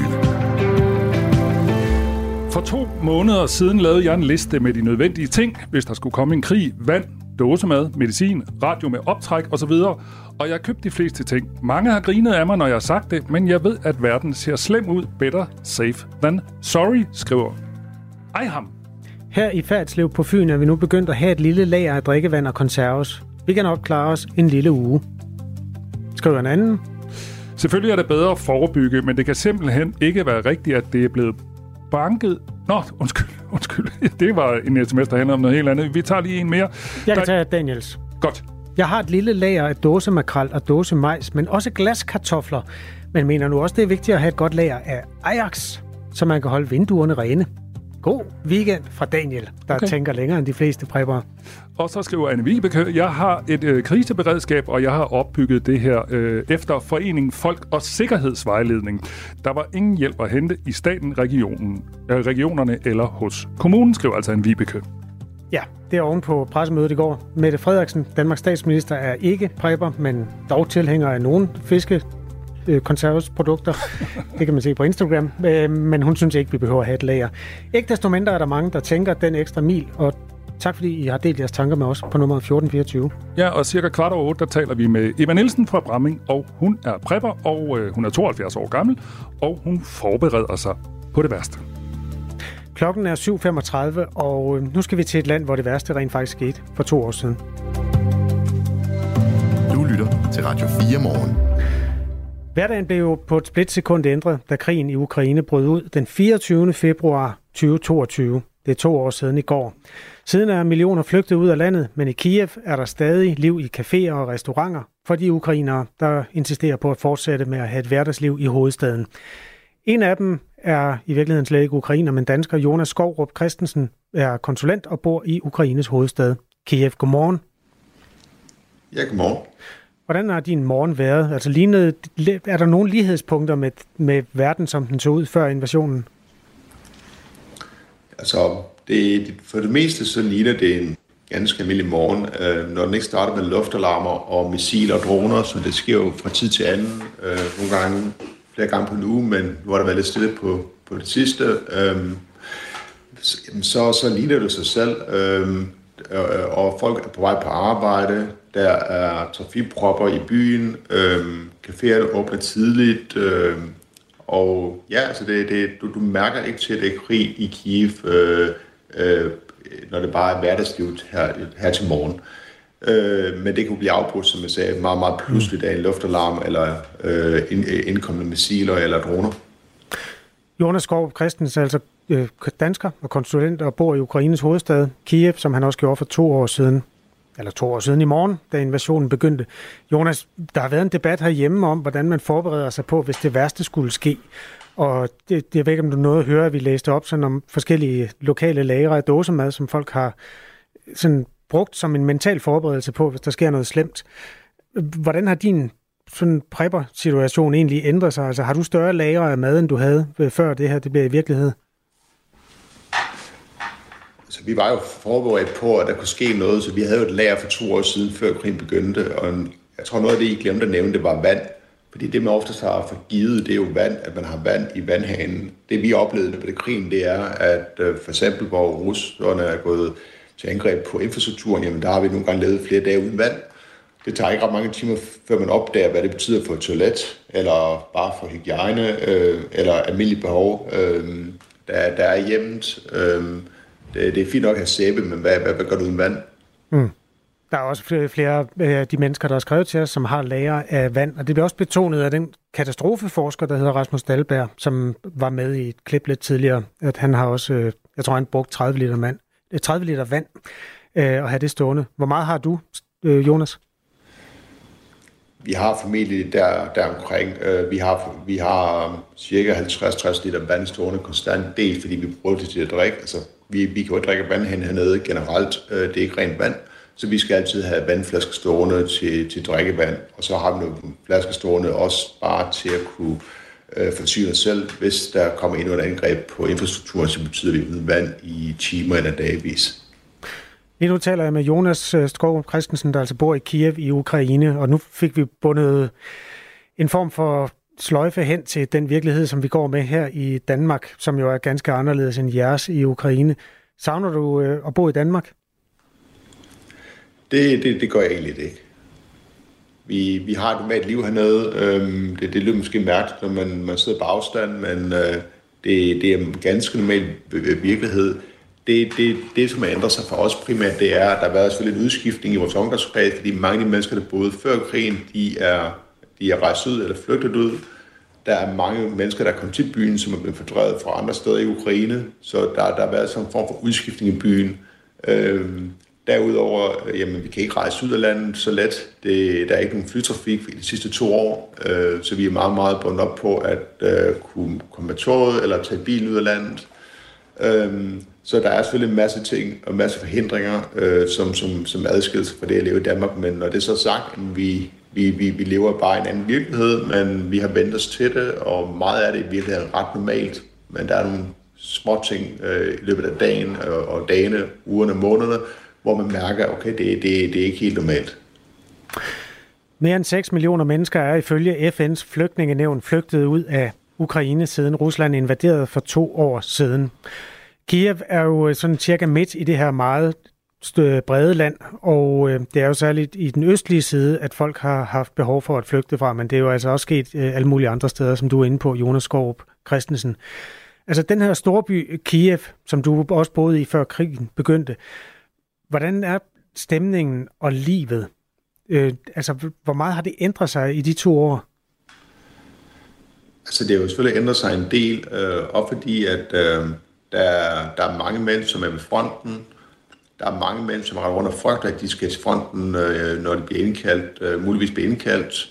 For 2 måneder siden lavede jeg en liste med de nødvendige ting, hvis der skulle komme en krig, vand, dåsemad, medicin, radio med optræk osv., og jeg har købt de fleste ting. Mange har grinet af mig, når jeg har sagt det, men jeg ved, at verden ser slem ud. Better safe than sorry, skriver Ejham. Her i Færdslev på Fyn er vi nu begyndt at have et lille lager af drikkevand og konserves. Vi kan nok klare os en lille uge. Skriver en anden. Selvfølgelig er det bedre at forebygge, men det kan simpelthen ikke være rigtigt, at det er blevet banket. Nå, undskyld. Det var en sms, der handler om noget helt andet. Vi tager lige en mere. Jeg kan tage Daniels. Godt. Jeg har et lille lager af dåsemakrel og dåsemajs, men også glaskartofler. Men mener nu også, det er vigtigt at have et godt lager af Ajax, så man kan holde vinduerne rene. God weekend fra Daniel, der tænker længere end de fleste preppere. Og så skriver Anne Vibeke, jeg har et kriseberedskab, og jeg har opbygget det her efter Foreningen Folk og Sikkerhedsvejledning. Der var ingen hjælp at hente i staten, regionerne eller hos kommunen, skriver altså Anne Vibeke. Ja, det er oven på pressemødet i går. Mette Frederiksen, Danmarks statsminister, er ikke prepper, men dog tilhænger af nogle konservesprodukter. Det kan man se på Instagram. Men hun synes ikke, vi behøver at have et lager. Ikke desto mindre er der mange, der tænker den ekstra mil, og tak fordi I har delt jeres tanker med os på nummer 1424. Ja, og cirka 7:15, der taler vi med Eva Nielsen fra Bramming, og hun er prepper, og hun er 72 år gammel, og hun forbereder sig på det værste. Klokken er 7:35, og nu skal vi til et land, hvor det værste rent faktisk skete for 2 år siden. Du lytter til Radio 4 morgen. Hverdagen blev jo på et splitsekund ændret, da krigen i Ukraine brød ud den 24. februar 2022. Det er 2 år siden i går. Siden er millioner flygtet ud af landet, men i Kiev er der stadig liv i caféer og restauranter for de ukrainere, der insisterer på at fortsætte med at have et hverdagsliv i hovedstaden. En af dem er i virkeligheden slet ikke ukrainer, men dansker. Jonas Skovrup Christensen er konsulent og bor i Ukraines hovedstad Kiev. Godmorgen. Ja, godmorgen. Hvordan har din morgen været? Altså er der nogle lighedspunkter med verden, som den så ud før invasionen? Altså, for det meste så ligner det en ganske almindelig morgen, når den ikke starter med luftalarmer og missiler og droner, så det sker jo fra tid til anden, nogle gange flere gange på en uge, men nu har der været lidt stille på det sidste. Så ligner det sig selv, og folk er på vej på arbejde, der er trafikpropper i byen, caféerne åbner tidligt, og ja, altså du mærker ikke til, at det er krig i Kiev, når det bare er hverdagslivet her til morgen. Men det kunne blive afbrudt, som jeg sagde, meget, meget pludseligt af en luftalarm, eller indkommende missiler eller droner. Jonas Skovrup Christensen, altså dansker og konsulent og bor i Ukraines hovedstad, Kiev, som han også gjorde for 2 år siden. Eller 2 år siden i morgen, da invasionen begyndte. Jonas, der har været en debat herhjemme om, hvordan man forbereder sig på, hvis det værste skulle ske. Og jeg ved ikke, om du nåede at høre, at vi læste op sådan om forskellige lokale lagre af dåsemad, som folk har sådan brugt som en mental forberedelse på, hvis der sker noget slemt. Hvordan har din sådan prepper-situation egentlig ændret sig? Altså, har du større lagre af mad, end du havde før det her det bliver i virkelighed? Så vi var jo forberedt på, at der kunne ske noget, så vi havde jo et lager for 2 år siden, før krigen begyndte, og jeg tror noget af det, I glemte at nævne, det var vand. Fordi det, man oftest har forgivet, det er jo vand, at man har vand i vandhanen. Det, vi oplevede ved krigen, det er, at for eksempel, hvor russerne er gået til angreb på infrastrukturen, jamen der har vi nogle gange levet flere dage uden vand. Det tager ikke ret mange timer, før man opdager, hvad det betyder for et toilet, eller bare for hygiejne, eller almindelige behov, der er hjemmet. Det er fint nok at have sæbe, men hvad gør du uden vand? Der er også flere af de mennesker, der har skrevet til os, som har lager af vand. Og det bliver også betonet af den katastrofeforsker, der hedder Rasmus Dahlberg, som var med i et klip lidt tidligere, at han har også, jeg tror han brugt 30 liter vand og have det stående. Hvor meget har du, Jonas? Vi har familie der omkring. Vi har cirka 50-60 liter vand stående konstant, dels fordi vi bruger det til at drikke. Altså, vi kan jo drikke vand hernede generelt. Det er ikke rent vand. Så vi skal altid have vandflasker stående til drikkevand, og så har vi nogle flasker stående også bare til at kunne forsyne os selv, hvis der kommer endnu et angreb på infrastrukturen, så betyder det uden vand i timer eller dagvis. Lige nu taler jeg med Jonas Skovrup Christensen, der altså bor i Kiev i Ukraine, og nu fik vi bundet en form for sløjfe hen til den virkelighed, som vi går med her i Danmark, som jo er ganske anderledes end jeres i Ukraine. Savner du at bo i Danmark? Det gør jeg egentlig ikke. Vi har et normalt liv hernede. Det lyder måske mærkeligt, når man sidder på afstand, men det er en ganske normal virkelighed. Det, som har ændret sig for os primært, det er, at der har været selvfølgelig en udskiftning i vores omgangskreds, fordi mange af de mennesker, der boede før krigen, de er rejst ud eller flygtet ud. Der er mange mennesker, der er kommet til byen, som er blevet fordrevet fra andre steder i Ukraine, så der har været sådan en form for udskiftning i byen. Derudover, vi kan ikke rejse ud af landet så let. Der er ikke nogen flytrafik i de sidste 2 år, så vi er meget, meget bundet op på at kunne komme med toget eller tage bilen ud af landet. Så der er selvfølgelig en masse ting og en masse forhindringer, som adskiller sig fra det at leve i Danmark. Men når det er så sagt, vi lever bare i en anden virkelighed, men vi har vendt os til det, og meget af det i virkeligheden er ret normalt. Men der er nogle små ting i løbet af dagen og dagene, ugerne og månederne, hvor man mærker, okay, det er ikke helt normalt. Mere end 6 millioner mennesker er ifølge FN's flygtningenævn flygtet ud af Ukraine, siden Rusland invaderede for 2 år siden. Kiev er jo sådan cirka midt i det her meget brede land, og det er jo særligt i den østlige side, at folk har haft behov for at flygte fra, men det er jo altså også sket alle mulige andre steder, som du er inde på, Jonas Skaarup Christensen. Altså den her storby Kiev, som du også boede i før krigen begyndte, hvordan er stemningen og livet? Hvor meget har det ændret sig i de 2 år? Altså det har jo selvfølgelig ændret sig en del, og fordi at der er mange mænd, som er ved fronten. Der er mange mænd, som har rundt og frygter, at de skal til fronten, når de bliver indkaldt, muligvis bliver indkaldt.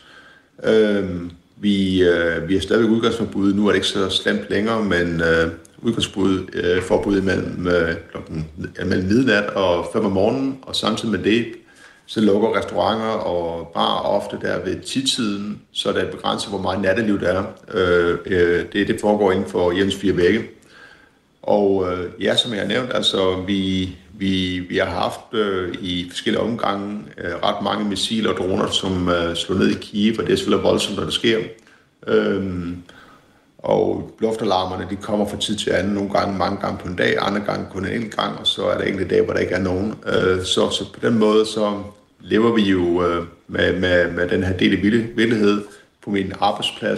Vi har stadigvæk udgangsforbud. Nu er det ikke så slemt længere, men udgangsforbud mellem midnat og 5 om morgenen, og samtidig med det, så lukker restauranter og barer ofte der ved 10-tiden, så der er begrænset, hvor meget natteliv der er. Det foregår inden for hjemmets 4 vægge. Og som jeg har nævnt, altså vi har haft i forskellige omgange ret mange missiler og droner, som slår ned i Kiev, og det er selvfølgelig voldsomt, når det sker. Og luftalarmerne, de kommer fra tid til anden, nogle gange mange gange på en dag, andre gange kun en enkelt gang, og så er der enkelte dage, hvor der ikke er nogen. Så på den måde, så lever vi jo med den her del af virkelighed på min arbejdsplads.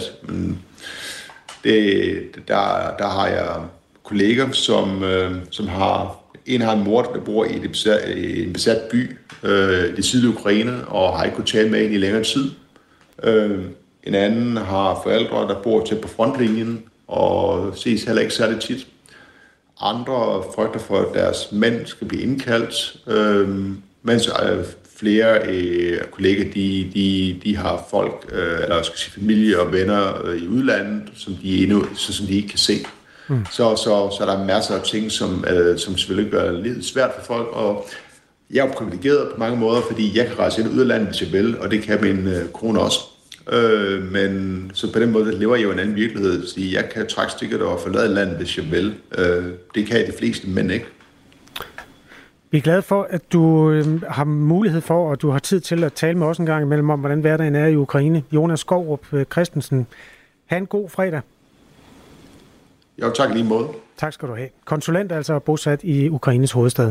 Der har jeg kolleger, som har en mor, der bor i en besat by i det sydlige Ukraine, og har ikke kunnet tale med en i længere tid. En anden har forældre, der bor tæt på frontlinjen, og ses heller ikke særlig tit. Andre frygter for, at deres mænd skal blive indkaldt, mens flere kolleger, de har folk, eller skal sige familie og venner i udlandet, som de ikke kan se. Så der er masser af ting, som selvfølgelig gør livet svært for folk, og jeg er jo privilegeret på mange måder, fordi jeg kan rejse ind ud af landet, hvis jeg vil, og det kan min kone også. Men så på den måde lever jeg jo en anden virkelighed, så jeg kan trække stikket og forlade landet, hvis jeg vil. Det kan de fleste mænd ikke. Vi er glade for, at du har mulighed for, og du har tid til at tale med os en gang imellem om, hvordan hverdagen er i Ukraine. Jonas Skaarup Christensen, ha' en god fredag. Jo, tak lige måde. Tak skal du have. Konsulent altså bosat i Ukraines hovedstad.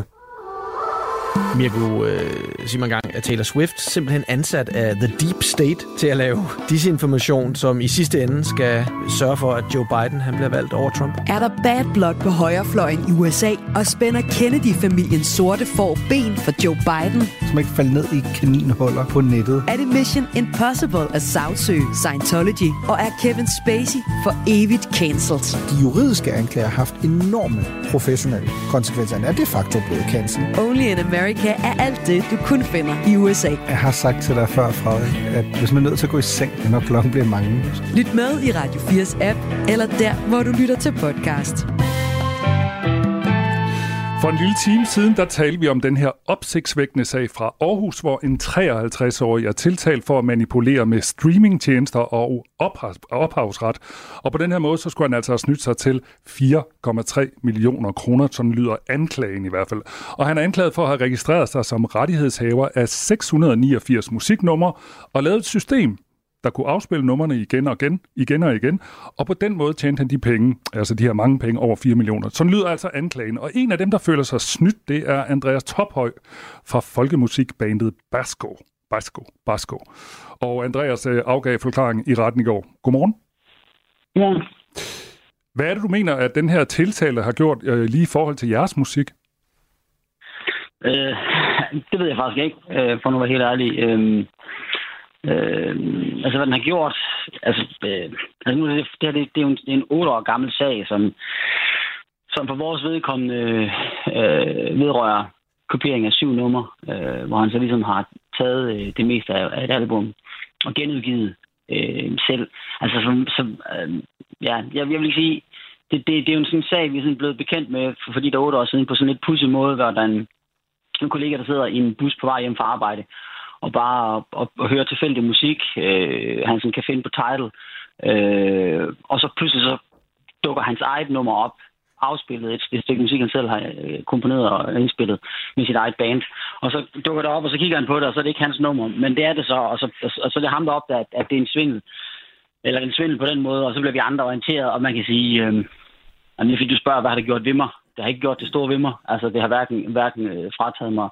Mirko siger man gang, at Taylor Swift simpelthen ansat af The Deep State til at lave disinformation, som i sidste ende skal sørge for, at Joe Biden han bliver valgt over Trump. Er der bad blood på højrefløjen i USA, og spænder Kennedy-familiens sorte får ben for Joe Biden? Som ikke falder ned i kaninhuller på nettet. Er det Mission Impossible at sagsøge Scientology, og er Kevin Spacey for evigt cancelled? De juridiske anklager har haft enorme professionelle konsekvenser. Er de facto blevet cancelled? Only in America er alt det, du kun finder i USA. Jeg har sagt til dig før, Frederik, at hvis man er nødt til at gå i seng, når klokken bliver mange. Lyt med i Radio 4's app, eller der, hvor du lytter til podcast. For en lille time siden, der talte vi om den her opsigtsvækkende sag fra Aarhus, hvor en 53-årig er tiltalt for at manipulere med streamingtjenester og ophavsret. Og på den her måde, så skulle han altså have snydt sig til 4,3 millioner kroner, sådan lyder anklagen i hvert fald. Og han er anklaget for at have registreret sig som rettighedshaver af 689 musiknumre og lavet et system, der kunne afspille numrene igen og igen, og på den måde tjente han de penge, altså de her mange penge, over 4 millioner. Sådan lyder altså anklagen, og en af dem, der føler sig snydt, det er Andreas Tophøj fra folkemusikbandet Basko. Og Andreas afgav forklaring i retten i går. Godmorgen. Godmorgen. Hvad er det, du mener, at den her tiltale har gjort lige i forhold til jeres musik? Det ved jeg faktisk ikke, for nu at være helt ærlig. Altså, hvad den har gjort... nu, det er jo en 8 år gammel sag, som for vores vedkommende vedrører kopiering af 7 numre, hvor han så ligesom har taget det meste af et album og genudgivet selv. Altså, jeg vil ikke sige... Det er jo sådan en sag, vi er sådan blevet bekendt med for de der 8 år siden på sådan et pudsig måde, hvor der en kollega, der sidder i en bus på vej hjem fra arbejde, og bare og høre tilfældig musik, han sådan kan finde på Tidal, og så pludselig så dukker hans eget nummer op, afspillet et stykke musik, han selv har komponeret og indspillet med sit eget band, og så dukker det op, og så kigger han på det, og så er det ikke hans nummer, men det er det så, og så er det ham, der opdager, at det er en svindel, eller en svindel på den måde, og så bliver vi andre orienteret, og man kan sige, fordi du spørger, hvad har det gjort ved mig? Det har ikke gjort det store ved mig. Altså, det har hverken frataget mig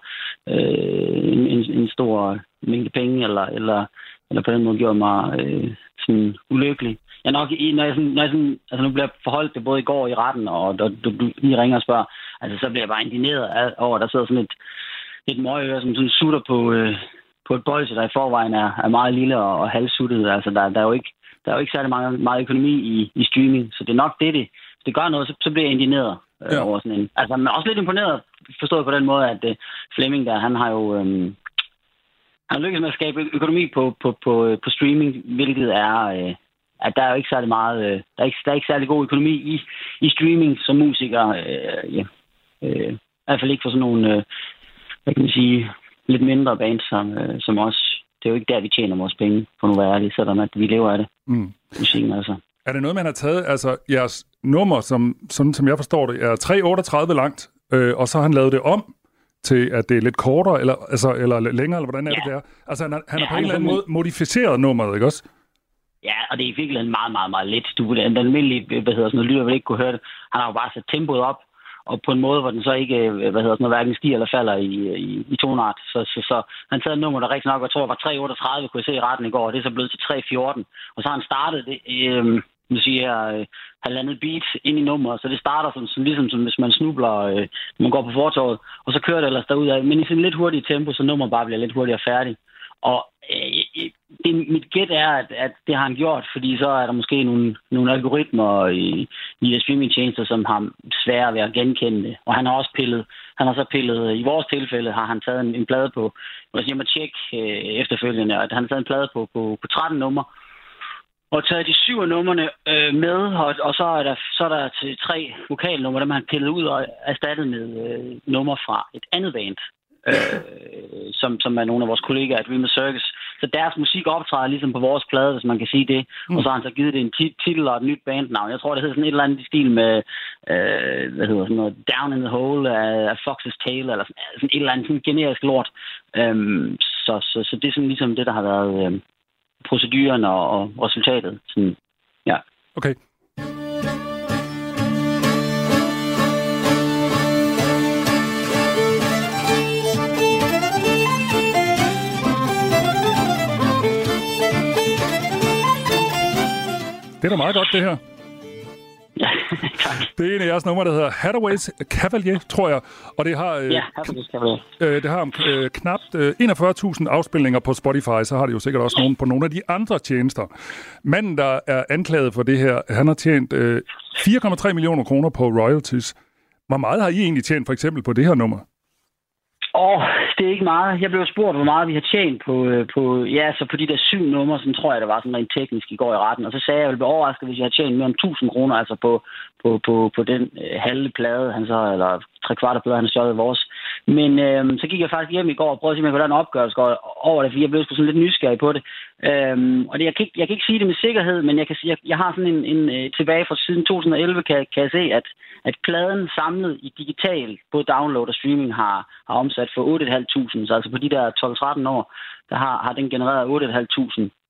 en stor mængde penge, eller på den måde gjort mig sådan ulykkelig. Jeg nok, når jeg nu bliver forholdt det både i går og i retten, og du lige ringer og spørger, altså, så bliver jeg bare indigneret over, at der sidder sådan et møgøre, som sådan sutter på et bolse, der i forvejen er meget lille og halvsuttet. Altså, der er jo ikke særlig meget økonomi i streaming, så det er nok det gør noget, så bliver jeg indigneret over sådan en. Altså, men også lidt imponeret, forstået på den måde, at Flemming der, han har jo han lykkes med at skabe økonomi på streaming, hvilket er, at der er jo ikke særlig meget, der er ikke særlig god økonomi i streaming som musiker, i hvert fald ikke for sådan nogle, hvad kan man sige, lidt mindre bands som os. Det er jo ikke der, vi tjener vores penge, for nu at være ærlig, selvom at vi lever af det. Musikken, altså. Er det noget, man har taget, altså jeres nummer, som jeg forstår det, er 3:38 langt, og så har han lavet det om til, at det er lidt kortere, eller længere, eller hvordan er det der? Altså han har på en eller anden måde modificeret nummeret, ikke også? Ja, og det er virkelig meget, meget, meget let. Den almindelige, lytter vil ikke kunne høre det. Han har jo bare sat tempoet op, og på en måde, hvor den så ikke, hverken stiger eller falder i tonart. Så han taget et nummer, der rigtig nok, jeg tror, var 3:38, kunne jeg se i retten i går, og det er så blevet til 3:14. Og så har han startet det, halvandet beat ind i nummeret, så det starter ligesom som hvis man snubler, man går på fortovet, og så kører det ellers derudad, men i sådan lidt hurtigt tempo, så nummeret bare bliver lidt hurtigere færdig. Og mit gæt er, at det har han gjort, fordi så er der måske nogle algoritmer i streamingtjenester, som har svært ved at genkende det. Og han har så pillet, i vores tilfælde har han taget en plade på, jeg må tjekke efterfølgende, at han har taget en plade på 13 numre, og taget de 7 af numrene med, og så er der til 3 vokalnumre, dem har han pillet ud og erstattet med numre fra et andet band, som er nogle af vores kollegaer at Dream Circus. Så deres musik optræder ligesom på vores plade, hvis man kan sige det. Og så har han så givet det en titel og et nyt bandnavn. Jeg tror, det hedder sådan et eller andet i stil med, sådan noget, Down in the Hole af Fox's Tale, eller sådan et eller andet sådan generisk lort. Så det er sådan ligesom det, der har været proceduren og resultatet. Sådan, ja. Okay. Det er da meget godt, det her. Ja, tak. Det er en af jeres numre, der hedder Hathaway's Cavalier, tror jeg. Og det har, Hathaway's Cavalier. Det har knapt 41.000 afspilninger på Spotify, så har det jo sikkert også nogen på nogle af de andre tjenester. Manden, der er anklaget for det her, han har tjent 4,3 millioner kroner på royalties. Hvor meget har I egentlig tjent for eksempel på det her nummer? Det er ikke meget. Jeg blev spurgt, hvor meget vi har tjent på de der 7 numre, som tror jeg, der var sådan rent teknisk i går i retten. Og så sagde jeg, at jeg ville blive overrasket, hvis jeg havde tjent mere end 1.000 kroner, altså på den halve plade, eller 3/4 plade, han har stjålet vores. Men så gik jeg faktisk hjem i går og prøvede at se, om jeg kunne lave en opgørelse over det, fordi jeg blev sådan lidt nysgerrig på det. Og jeg kan ikke sige det med sikkerhed, men jeg har sådan en tilbage fra siden 2011, kan jeg se, at pladen samlet i digital, både download og streaming, har omsat for 8.500. Så altså på de der 12-13 år, der har den genereret 8.500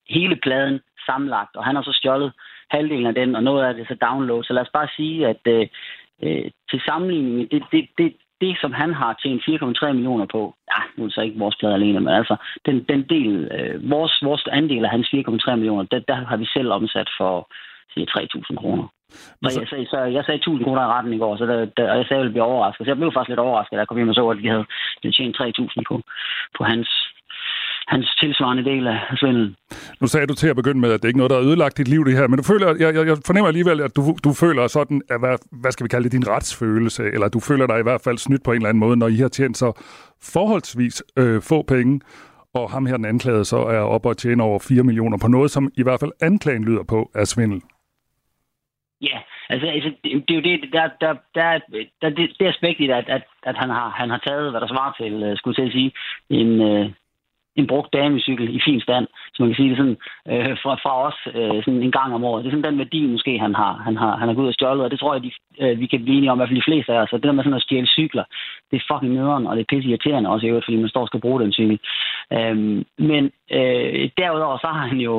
hele pladen sammenlagt, og han har så stjålet halvdelen af den, og noget af det så download. Så lad os bare sige, at til sammenligning, det som han har tjent 4,3 millioner på, nu er det så ikke vores plade alene, men altså den del, vores andel af hans 4,3 millioner, der har vi selv omsat for 3.000 kroner. Så jeg sagde 1.000 kroner i retten i går, og jeg sagde, at jeg ville blive overrasket. Så jeg blev faktisk lidt overrasket, da jeg kom hjem og så, at vi havde tjent 3.000 på hans tilsvarende del af svindelen. Nu sagde du til at begynde med, at det ikke er noget, der har ødelagt dit liv, det her, men du føler, jeg fornemmer alligevel, at du føler sådan, at hvad skal vi kalde det, din retsfølelse, eller du føler dig i hvert fald snydt på en eller anden måde, når I har tjent så forholdsvis få penge, og ham her den anklagede så er oppe og tjene over 4 millioner på noget, som i hvert fald anklagen lyder på af svindel. Ja, altså det er jo det aspekt i det, at han har taget, hvad der svarer til, skulle jeg sige, en brugt damecykel i fin stand, så man kan sige det sådan, fra os sådan en gang om året. Det er sådan den værdi, måske han har gået og stjålet, og det tror jeg, vi kan blive enige om, i hvert fald de fleste af os. Og det der med sådan at stjæle cykler, det er fucking nederen, og det er pisse irriterende også i øvrigt, fordi man står og skal bruge den cykel. Men derudover så har han jo,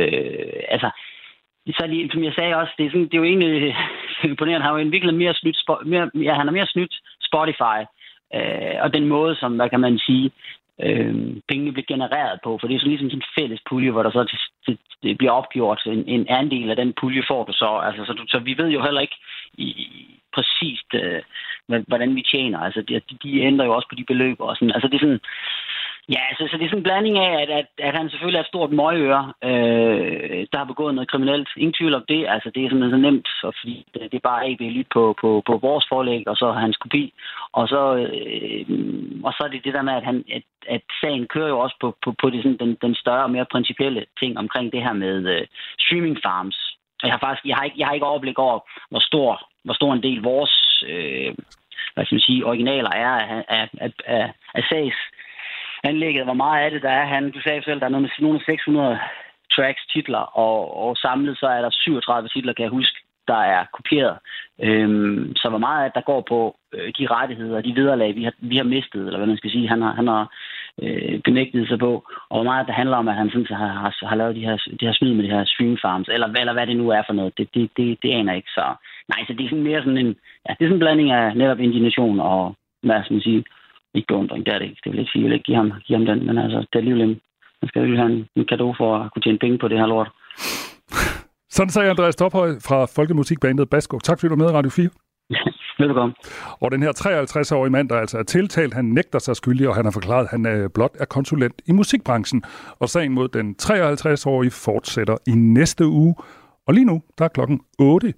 så som jeg sagde også, det er jo egentlig imponerende, han har jo virkelig han har mere snydt Spotify, og den måde, som, hvad kan man sige, pengene bliver genereret på, for det er så ligesom sådan en fælles pulje, hvor der så det bliver opgjort en andel af den pulje får du så. Altså, så vi ved jo heller ikke præcist, hvordan vi tjener. Altså, de ændrer jo også på de beløb og sådan. Altså, det er sådan, ja, så det er sådan en blanding af, at han selvfølgelig er et stort møgøre, der har begået noget kriminelt. Ingen tvivl om det. Altså, det er simpelthen så nemt, fordi det er bare AB-lyt på vores forlæg, og så hans kopi. Og så er det der med, at sagen kører jo også på det, sådan, den større og mere principielle ting omkring det her med streaming farms. Jeg har ikke overblik over, hvor stor en del vores hvad skal man sige, originaler er af sagsanlægget. Hvor meget af det der er. Du sagde selv, der er nogle 600 tracks, titler, og samlet så er der 37 titler, kan jeg huske, der er kopieret. Så hvor meget af det, der går på de rettigheder og de vederlag, vi har mistet, eller hvad man skal sige, han har benægtet sig på, og hvor meget det handler om, at han sådan, har lavet de her snyd med de her streaming farms, eller hvad det nu er for noget, det aner jeg ikke. Så nej, så det er sådan mere sådan det er sådan en blanding af netop indignation og, hvad skal man sige, ikke beundring, det er det ikke. Det vil ikke sige, jeg vil ikke give ham den, men altså, det er alligevel, man skal jo have en cadeau for at kunne tjene penge på det her lort. Sådan sagde Andreas Tophøj fra folkemusikbandet Basko. Tak fordi du var med i Radio 4. Velkommen. Og den her 53-årige mand, der altså er tiltalt, han nægter sig skyldig, og han har forklaret, at han blot er konsulent i musikbranchen. Og sagen mod den 53-årige fortsætter i næste uge. Og lige nu, der er klokken 8:08.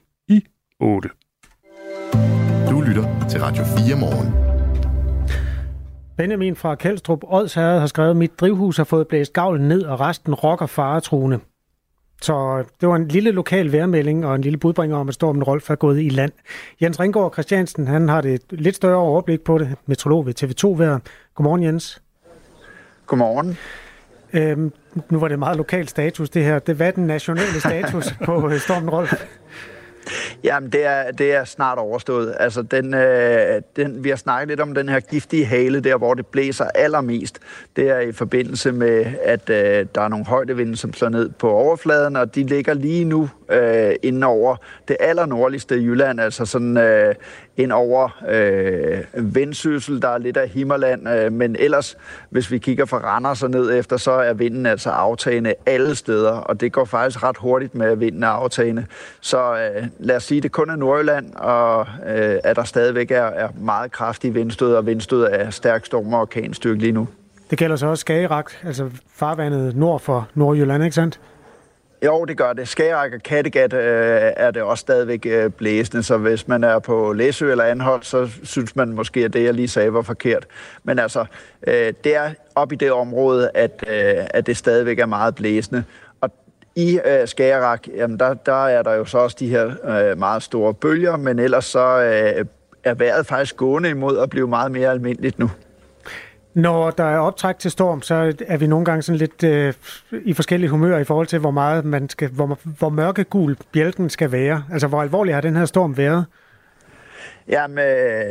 Du lytter til Radio 4 morgen. Benjamin fra Kelstrup Odsherred har skrevet, mit drivhus har fået blæst gavlen ned, og resten rokker faretruende. Så det var en lille lokal vejrmelding og en lille budbringer om, at stormen Rolf er gået i land. Jens Ringgaard Christiansen, han har det lidt større overblik på det, meteorolog ved TV2-vejr. Godmorgen, Jens. Godmorgen. Nu var det meget lokal status, det her. Hvad er den nationale status på stormen Rolf? Jamen, det er snart overstået. Altså, vi har snakket lidt om den her giftige hale, der hvor det blæser allermest. Det er i forbindelse med, at der er nogle højdevinde, som slår ned på overfladen, og de ligger lige nu inden over det allernordligste Jylland, altså sådan ind over Vendsyssel, der er lidt af Himmerland, men ellers, hvis vi kigger fra Randers og ned efter, så er vinden altså aftagende alle steder, og det går faktisk ret hurtigt med, at vinden er aftagende. Så lad os sige, at det kun er Nordjylland, og at der stadigvæk er meget kraftige vindstød, og vindstød af stærk storm og orkanstyrke lige nu. Det gælder så også Skagerrak, altså farvandet nord for Nordjylland, ikke sandt? Jo, det gør det. Skagerrak og Kattegat er det også stadigvæk blæsende, så hvis man er på Læsø eller Anholt, så synes man måske, at det, jeg lige sagde, var forkert. Men altså, det er op i det område, at det stadigvæk er meget blæsende. Og i Skagerrak, jamen der er der jo så også de her meget store bølger, men ellers så er vejret faktisk gående imod at blive meget mere almindeligt nu. Når der er optræk til storm, så er vi nogle gange sådan lidt i forskellige humør i forhold til, hvor meget hvor mørkegul bjælken skal være. Altså, hvor alvorlig har den her storm været? Jamen,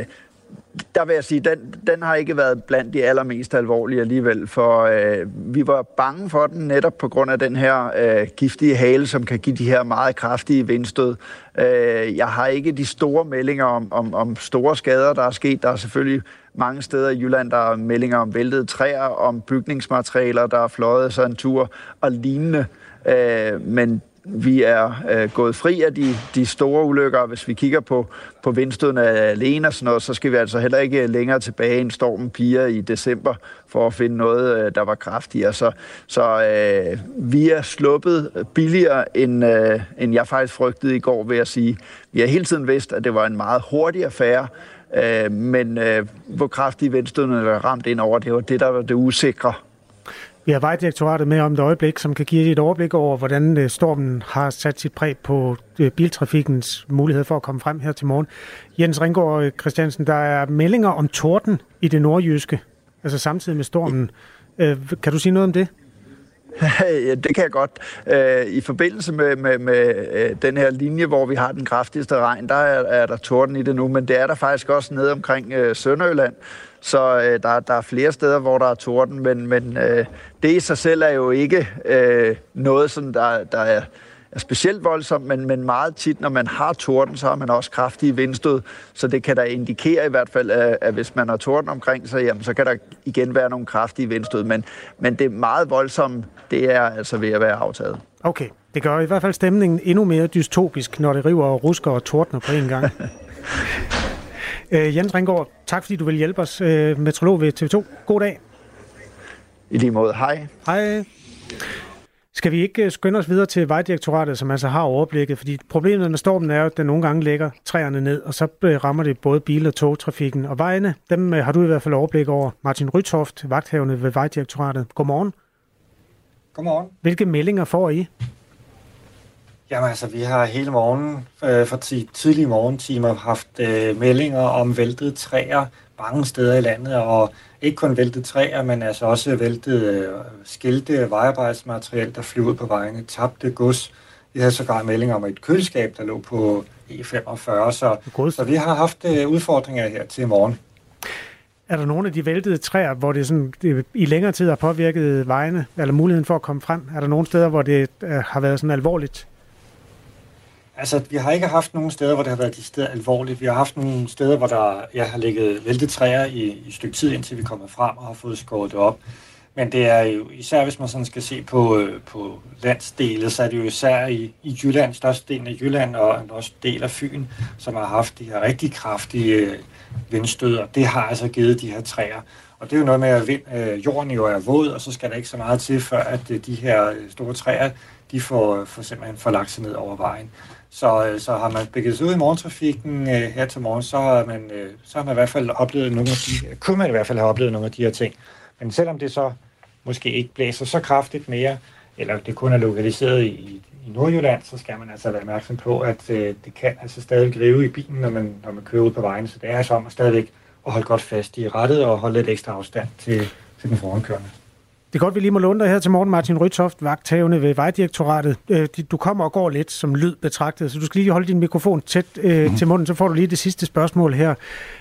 der vil jeg sige, den har ikke været blandt de allermest alvorlige alligevel, for vi var bange for den netop på grund af den her giftige hale, som kan give de her meget kraftige vindstød. Jeg har ikke de store meldinger om store skader, der er sket. Der er selvfølgelig mange steder i Jylland, der er meldinger om væltede træer, om bygningsmaterialer, der er fløjet sig en tur og lignende. Men vi er gået fri af de store ulykker. Hvis vi kigger på vindstødene alene og sådan noget, så skal vi altså heller ikke længere tilbage end stormen Pia i december for at finde noget, der var kraftigere. Så vi er sluppet billigere, end jeg faktisk frygtede i går, vil jeg sige. Vi har hele tiden vidst, at det var en meget hurtig affære, men hvor kraftige vindstødene der ramt ind over, det var det, der var det usikre. Vi har Vejdirektoratet med om et øjeblik, som kan give et overblik over, hvordan stormen har sat sit præg på biltrafikkens mulighed for at komme frem her til morgen. Jens Ringgaard Christiansen, der er meldinger om torden i det nordjyske, altså samtidig med stormen. Kan du sige noget om det? Ja, det kan jeg godt. I forbindelse med den her linje, hvor vi har den kraftigste regn, der er der torden i det nu, men det er der faktisk også nede omkring Sønderjylland. Så der er flere steder, hvor der er torden, men det i sig selv er jo ikke noget, som der er specielt voldsomt, men meget tit, når man har torden, så har man også kraftige vindstød. Så det kan da indikere i hvert fald, at hvis man har torden omkring sig, jamen, så kan der igen være nogle kraftige vindstød. Men det er meget voldsomt, det er altså ved at være aftaget. Okay, det gør i hvert fald stemningen endnu mere dystopisk, når det river og rusker og tordner på en gang. Jens Ringgaard, tak fordi du vil hjælpe os, meteorolog ved TV2. God dag. I lige måde. Hej. Hej. Skal vi ikke skynde os videre til Vejdirektoratet, som altså har overblikket? Fordi problemet med stormen er jo, at den nogle gange lægger træerne ned, og så rammer det både bil- og togtrafikken. Og vejene, dem har du i hvert fald overblik over. Martin Rytoft, vagthavende ved Vejdirektoratet. Godmorgen. Godmorgen. Hvilke meldinger får I? Jamen altså, vi har hele morgenen, for tidlige morgentimer, haft meldinger om væltede træer mange steder i landet, og ikke kun væltede træer, men altså også væltede skilte, vejarbejdsmateriel, der flyvede på vejene, tabte gods. Vi havde sågar meldinger om et køleskab, der lå på E45, så vi har haft udfordringer her til morgen. Er der nogle af de væltede træer, hvor det i længere tid har påvirket vejene, eller muligheden for at komme frem? Er der nogle steder, hvor det har været sådan alvorligt? Altså, vi har ikke haft nogen steder, hvor det har været decideret alvorligt. Vi har haft nogle steder, hvor der har ligget væltet træer i et stykke tid, indtil vi kommer frem og har fået skåret det op. Men det er jo især, hvis man sådan skal se på landsdele, så er det jo især i Jylland, størstedelen af Jylland og også del af Fyn, som har haft de her rigtig kraftige vindstød, og det har altså givet de her træer. Og det er jo noget med, at jorden jo er våd, og så skal der ikke så meget til, før at de her store træer, de simpelthen får lagt sig ned over vejen. Så har man begivet sig ud i morgentrafikken her til morgen, så har man i hvert fald oplevet nogle af de her ting. Men selvom det så måske ikke blæser så kraftigt mere, eller det kun er lokaliseret i Nordjylland, så skal man altså være opmærksom på, at det kan altså stadig rive i bilen, når man kører ud på vejen. Så det er altså om at stadigvæk at holde godt fast i rattet og holde lidt ekstra afstand til den forankørende. Det er godt, vi lige må låne dig her til morgen, Martin Rytoft, vagthavende ved Vejdirektoratet. Du kommer og går lidt som lyd betragtet, så du skal lige holde din mikrofon tæt til munden, så får du lige det sidste spørgsmål her.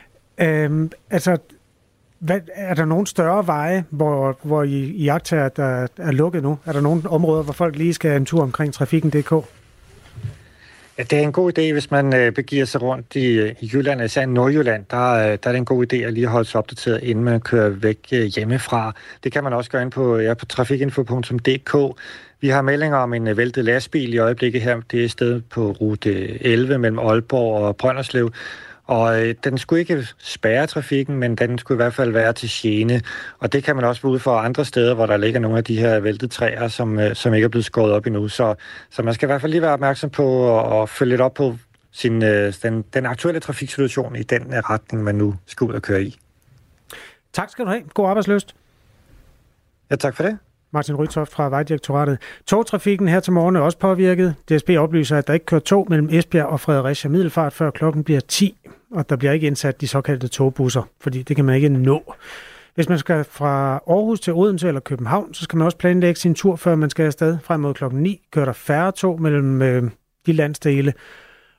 Er der nogle større veje, hvor I iagttager, der er lukket nu? Er der nogle områder, hvor folk lige skal en tur omkring trafikken.dk? Ja, det er en god idé, hvis man begiver sig rundt i Jylland, især i Nordjylland. Der er det en god idé at lige holde sig opdateret, inden man kører væk hjemmefra. Det kan man også gøre ind på trafikinfo.dk. Vi har meldinger om en væltet lastbil i øjeblikket her. Det er et sted på rute 11 mellem Aalborg og Brønderslev. Og den skulle ikke spærre trafikken, men den skulle i hvert fald være til gene. Og det kan man også være ude for andre steder, hvor der ligger nogle af de her væltede træer, som ikke er blevet skåret op endnu. Så man skal i hvert fald lige være opmærksom på at følge lidt op på den aktuelle trafiksituation i den retning, man nu skal ud og køre i. Tak skal du have. God arbejdslyst. Ja, tak for det. Martin Rytoft fra Vejdirektoratet. Togtrafikken her til morgen er også påvirket. DSB oplyser, at der ikke kører tog mellem Esbjerg og Fredericia Middelfart, før klokken bliver 10, og der bliver ikke indsat de såkaldte togbusser, fordi det kan man ikke nå. Hvis man skal fra Aarhus til Odense eller København, så skal man også planlægge sin tur, før man skal afsted. Frem mod klokken 9 kører der færre tog mellem de landsdele.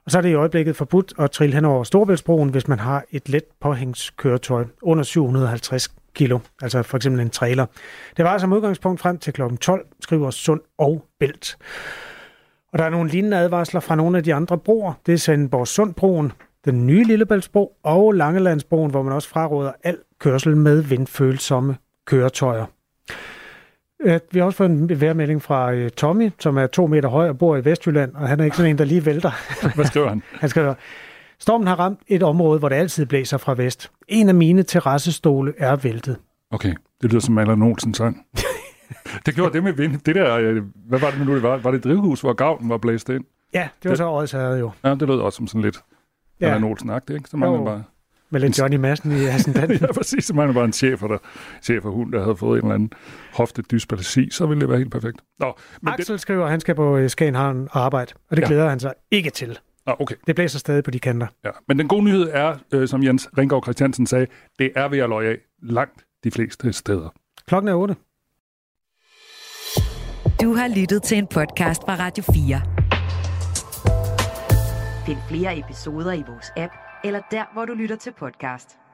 Og så er det i øjeblikket forbudt at trille hen over Storebæltsbroen, hvis man har et let påhængskøretøj under 750 kilo, altså for eksempel en trailer. Det var som udgangspunkt frem til kl. 12, skriver Sund og Bælt. Og der er nogle lignende advarsler fra nogle af de andre broer. Det er Svendborg-Sundbroen, den nye Lillebæltsbro og Langelandsbroen, hvor man også fraråder al kørsel med vindfølsomme køretøjer. Vi har også fået en vejrmelding fra Tommy, som er 2 meter høj og bor i Vestjylland, og han er ikke sådan en, der lige vælter. Hvad skriver han? Han skriver, stormen har ramt et område, hvor det altid blæser fra vest. En af mine terrassestole er væltet. Okay, det lyder som Allan Olsen sang. Det gjorde det med vind. Det der, hvad var det nu, det var? Var det et drivhus, hvor gavlen var blæst ind? Ja, det var så Odsherred jo. Ja, det lød også som sådan lidt Allan Olsen-agtigt, ikke? Så mangler bare... Med lidt Johnny Madsen i Ascendant. Ja, præcis. Så mangler bare en chef for hund, der havde fået en eller anden hoftedysplasi, så ville det være helt perfekt. Nå, men Axel skriver, at han skal på Skagenhavn og arbejde, og det glæder han sig ikke til. Okay. Det blæser stadig på de kanter. Ja. Men den gode nyhed er, som Jens Ringgaard Christiansen sagde, det er ved at løje af langt de fleste steder. Klokken er 8. Du har lyttet til en podcast fra Radio 4. Find flere episoder i vores app, eller der, hvor du lytter til podcast.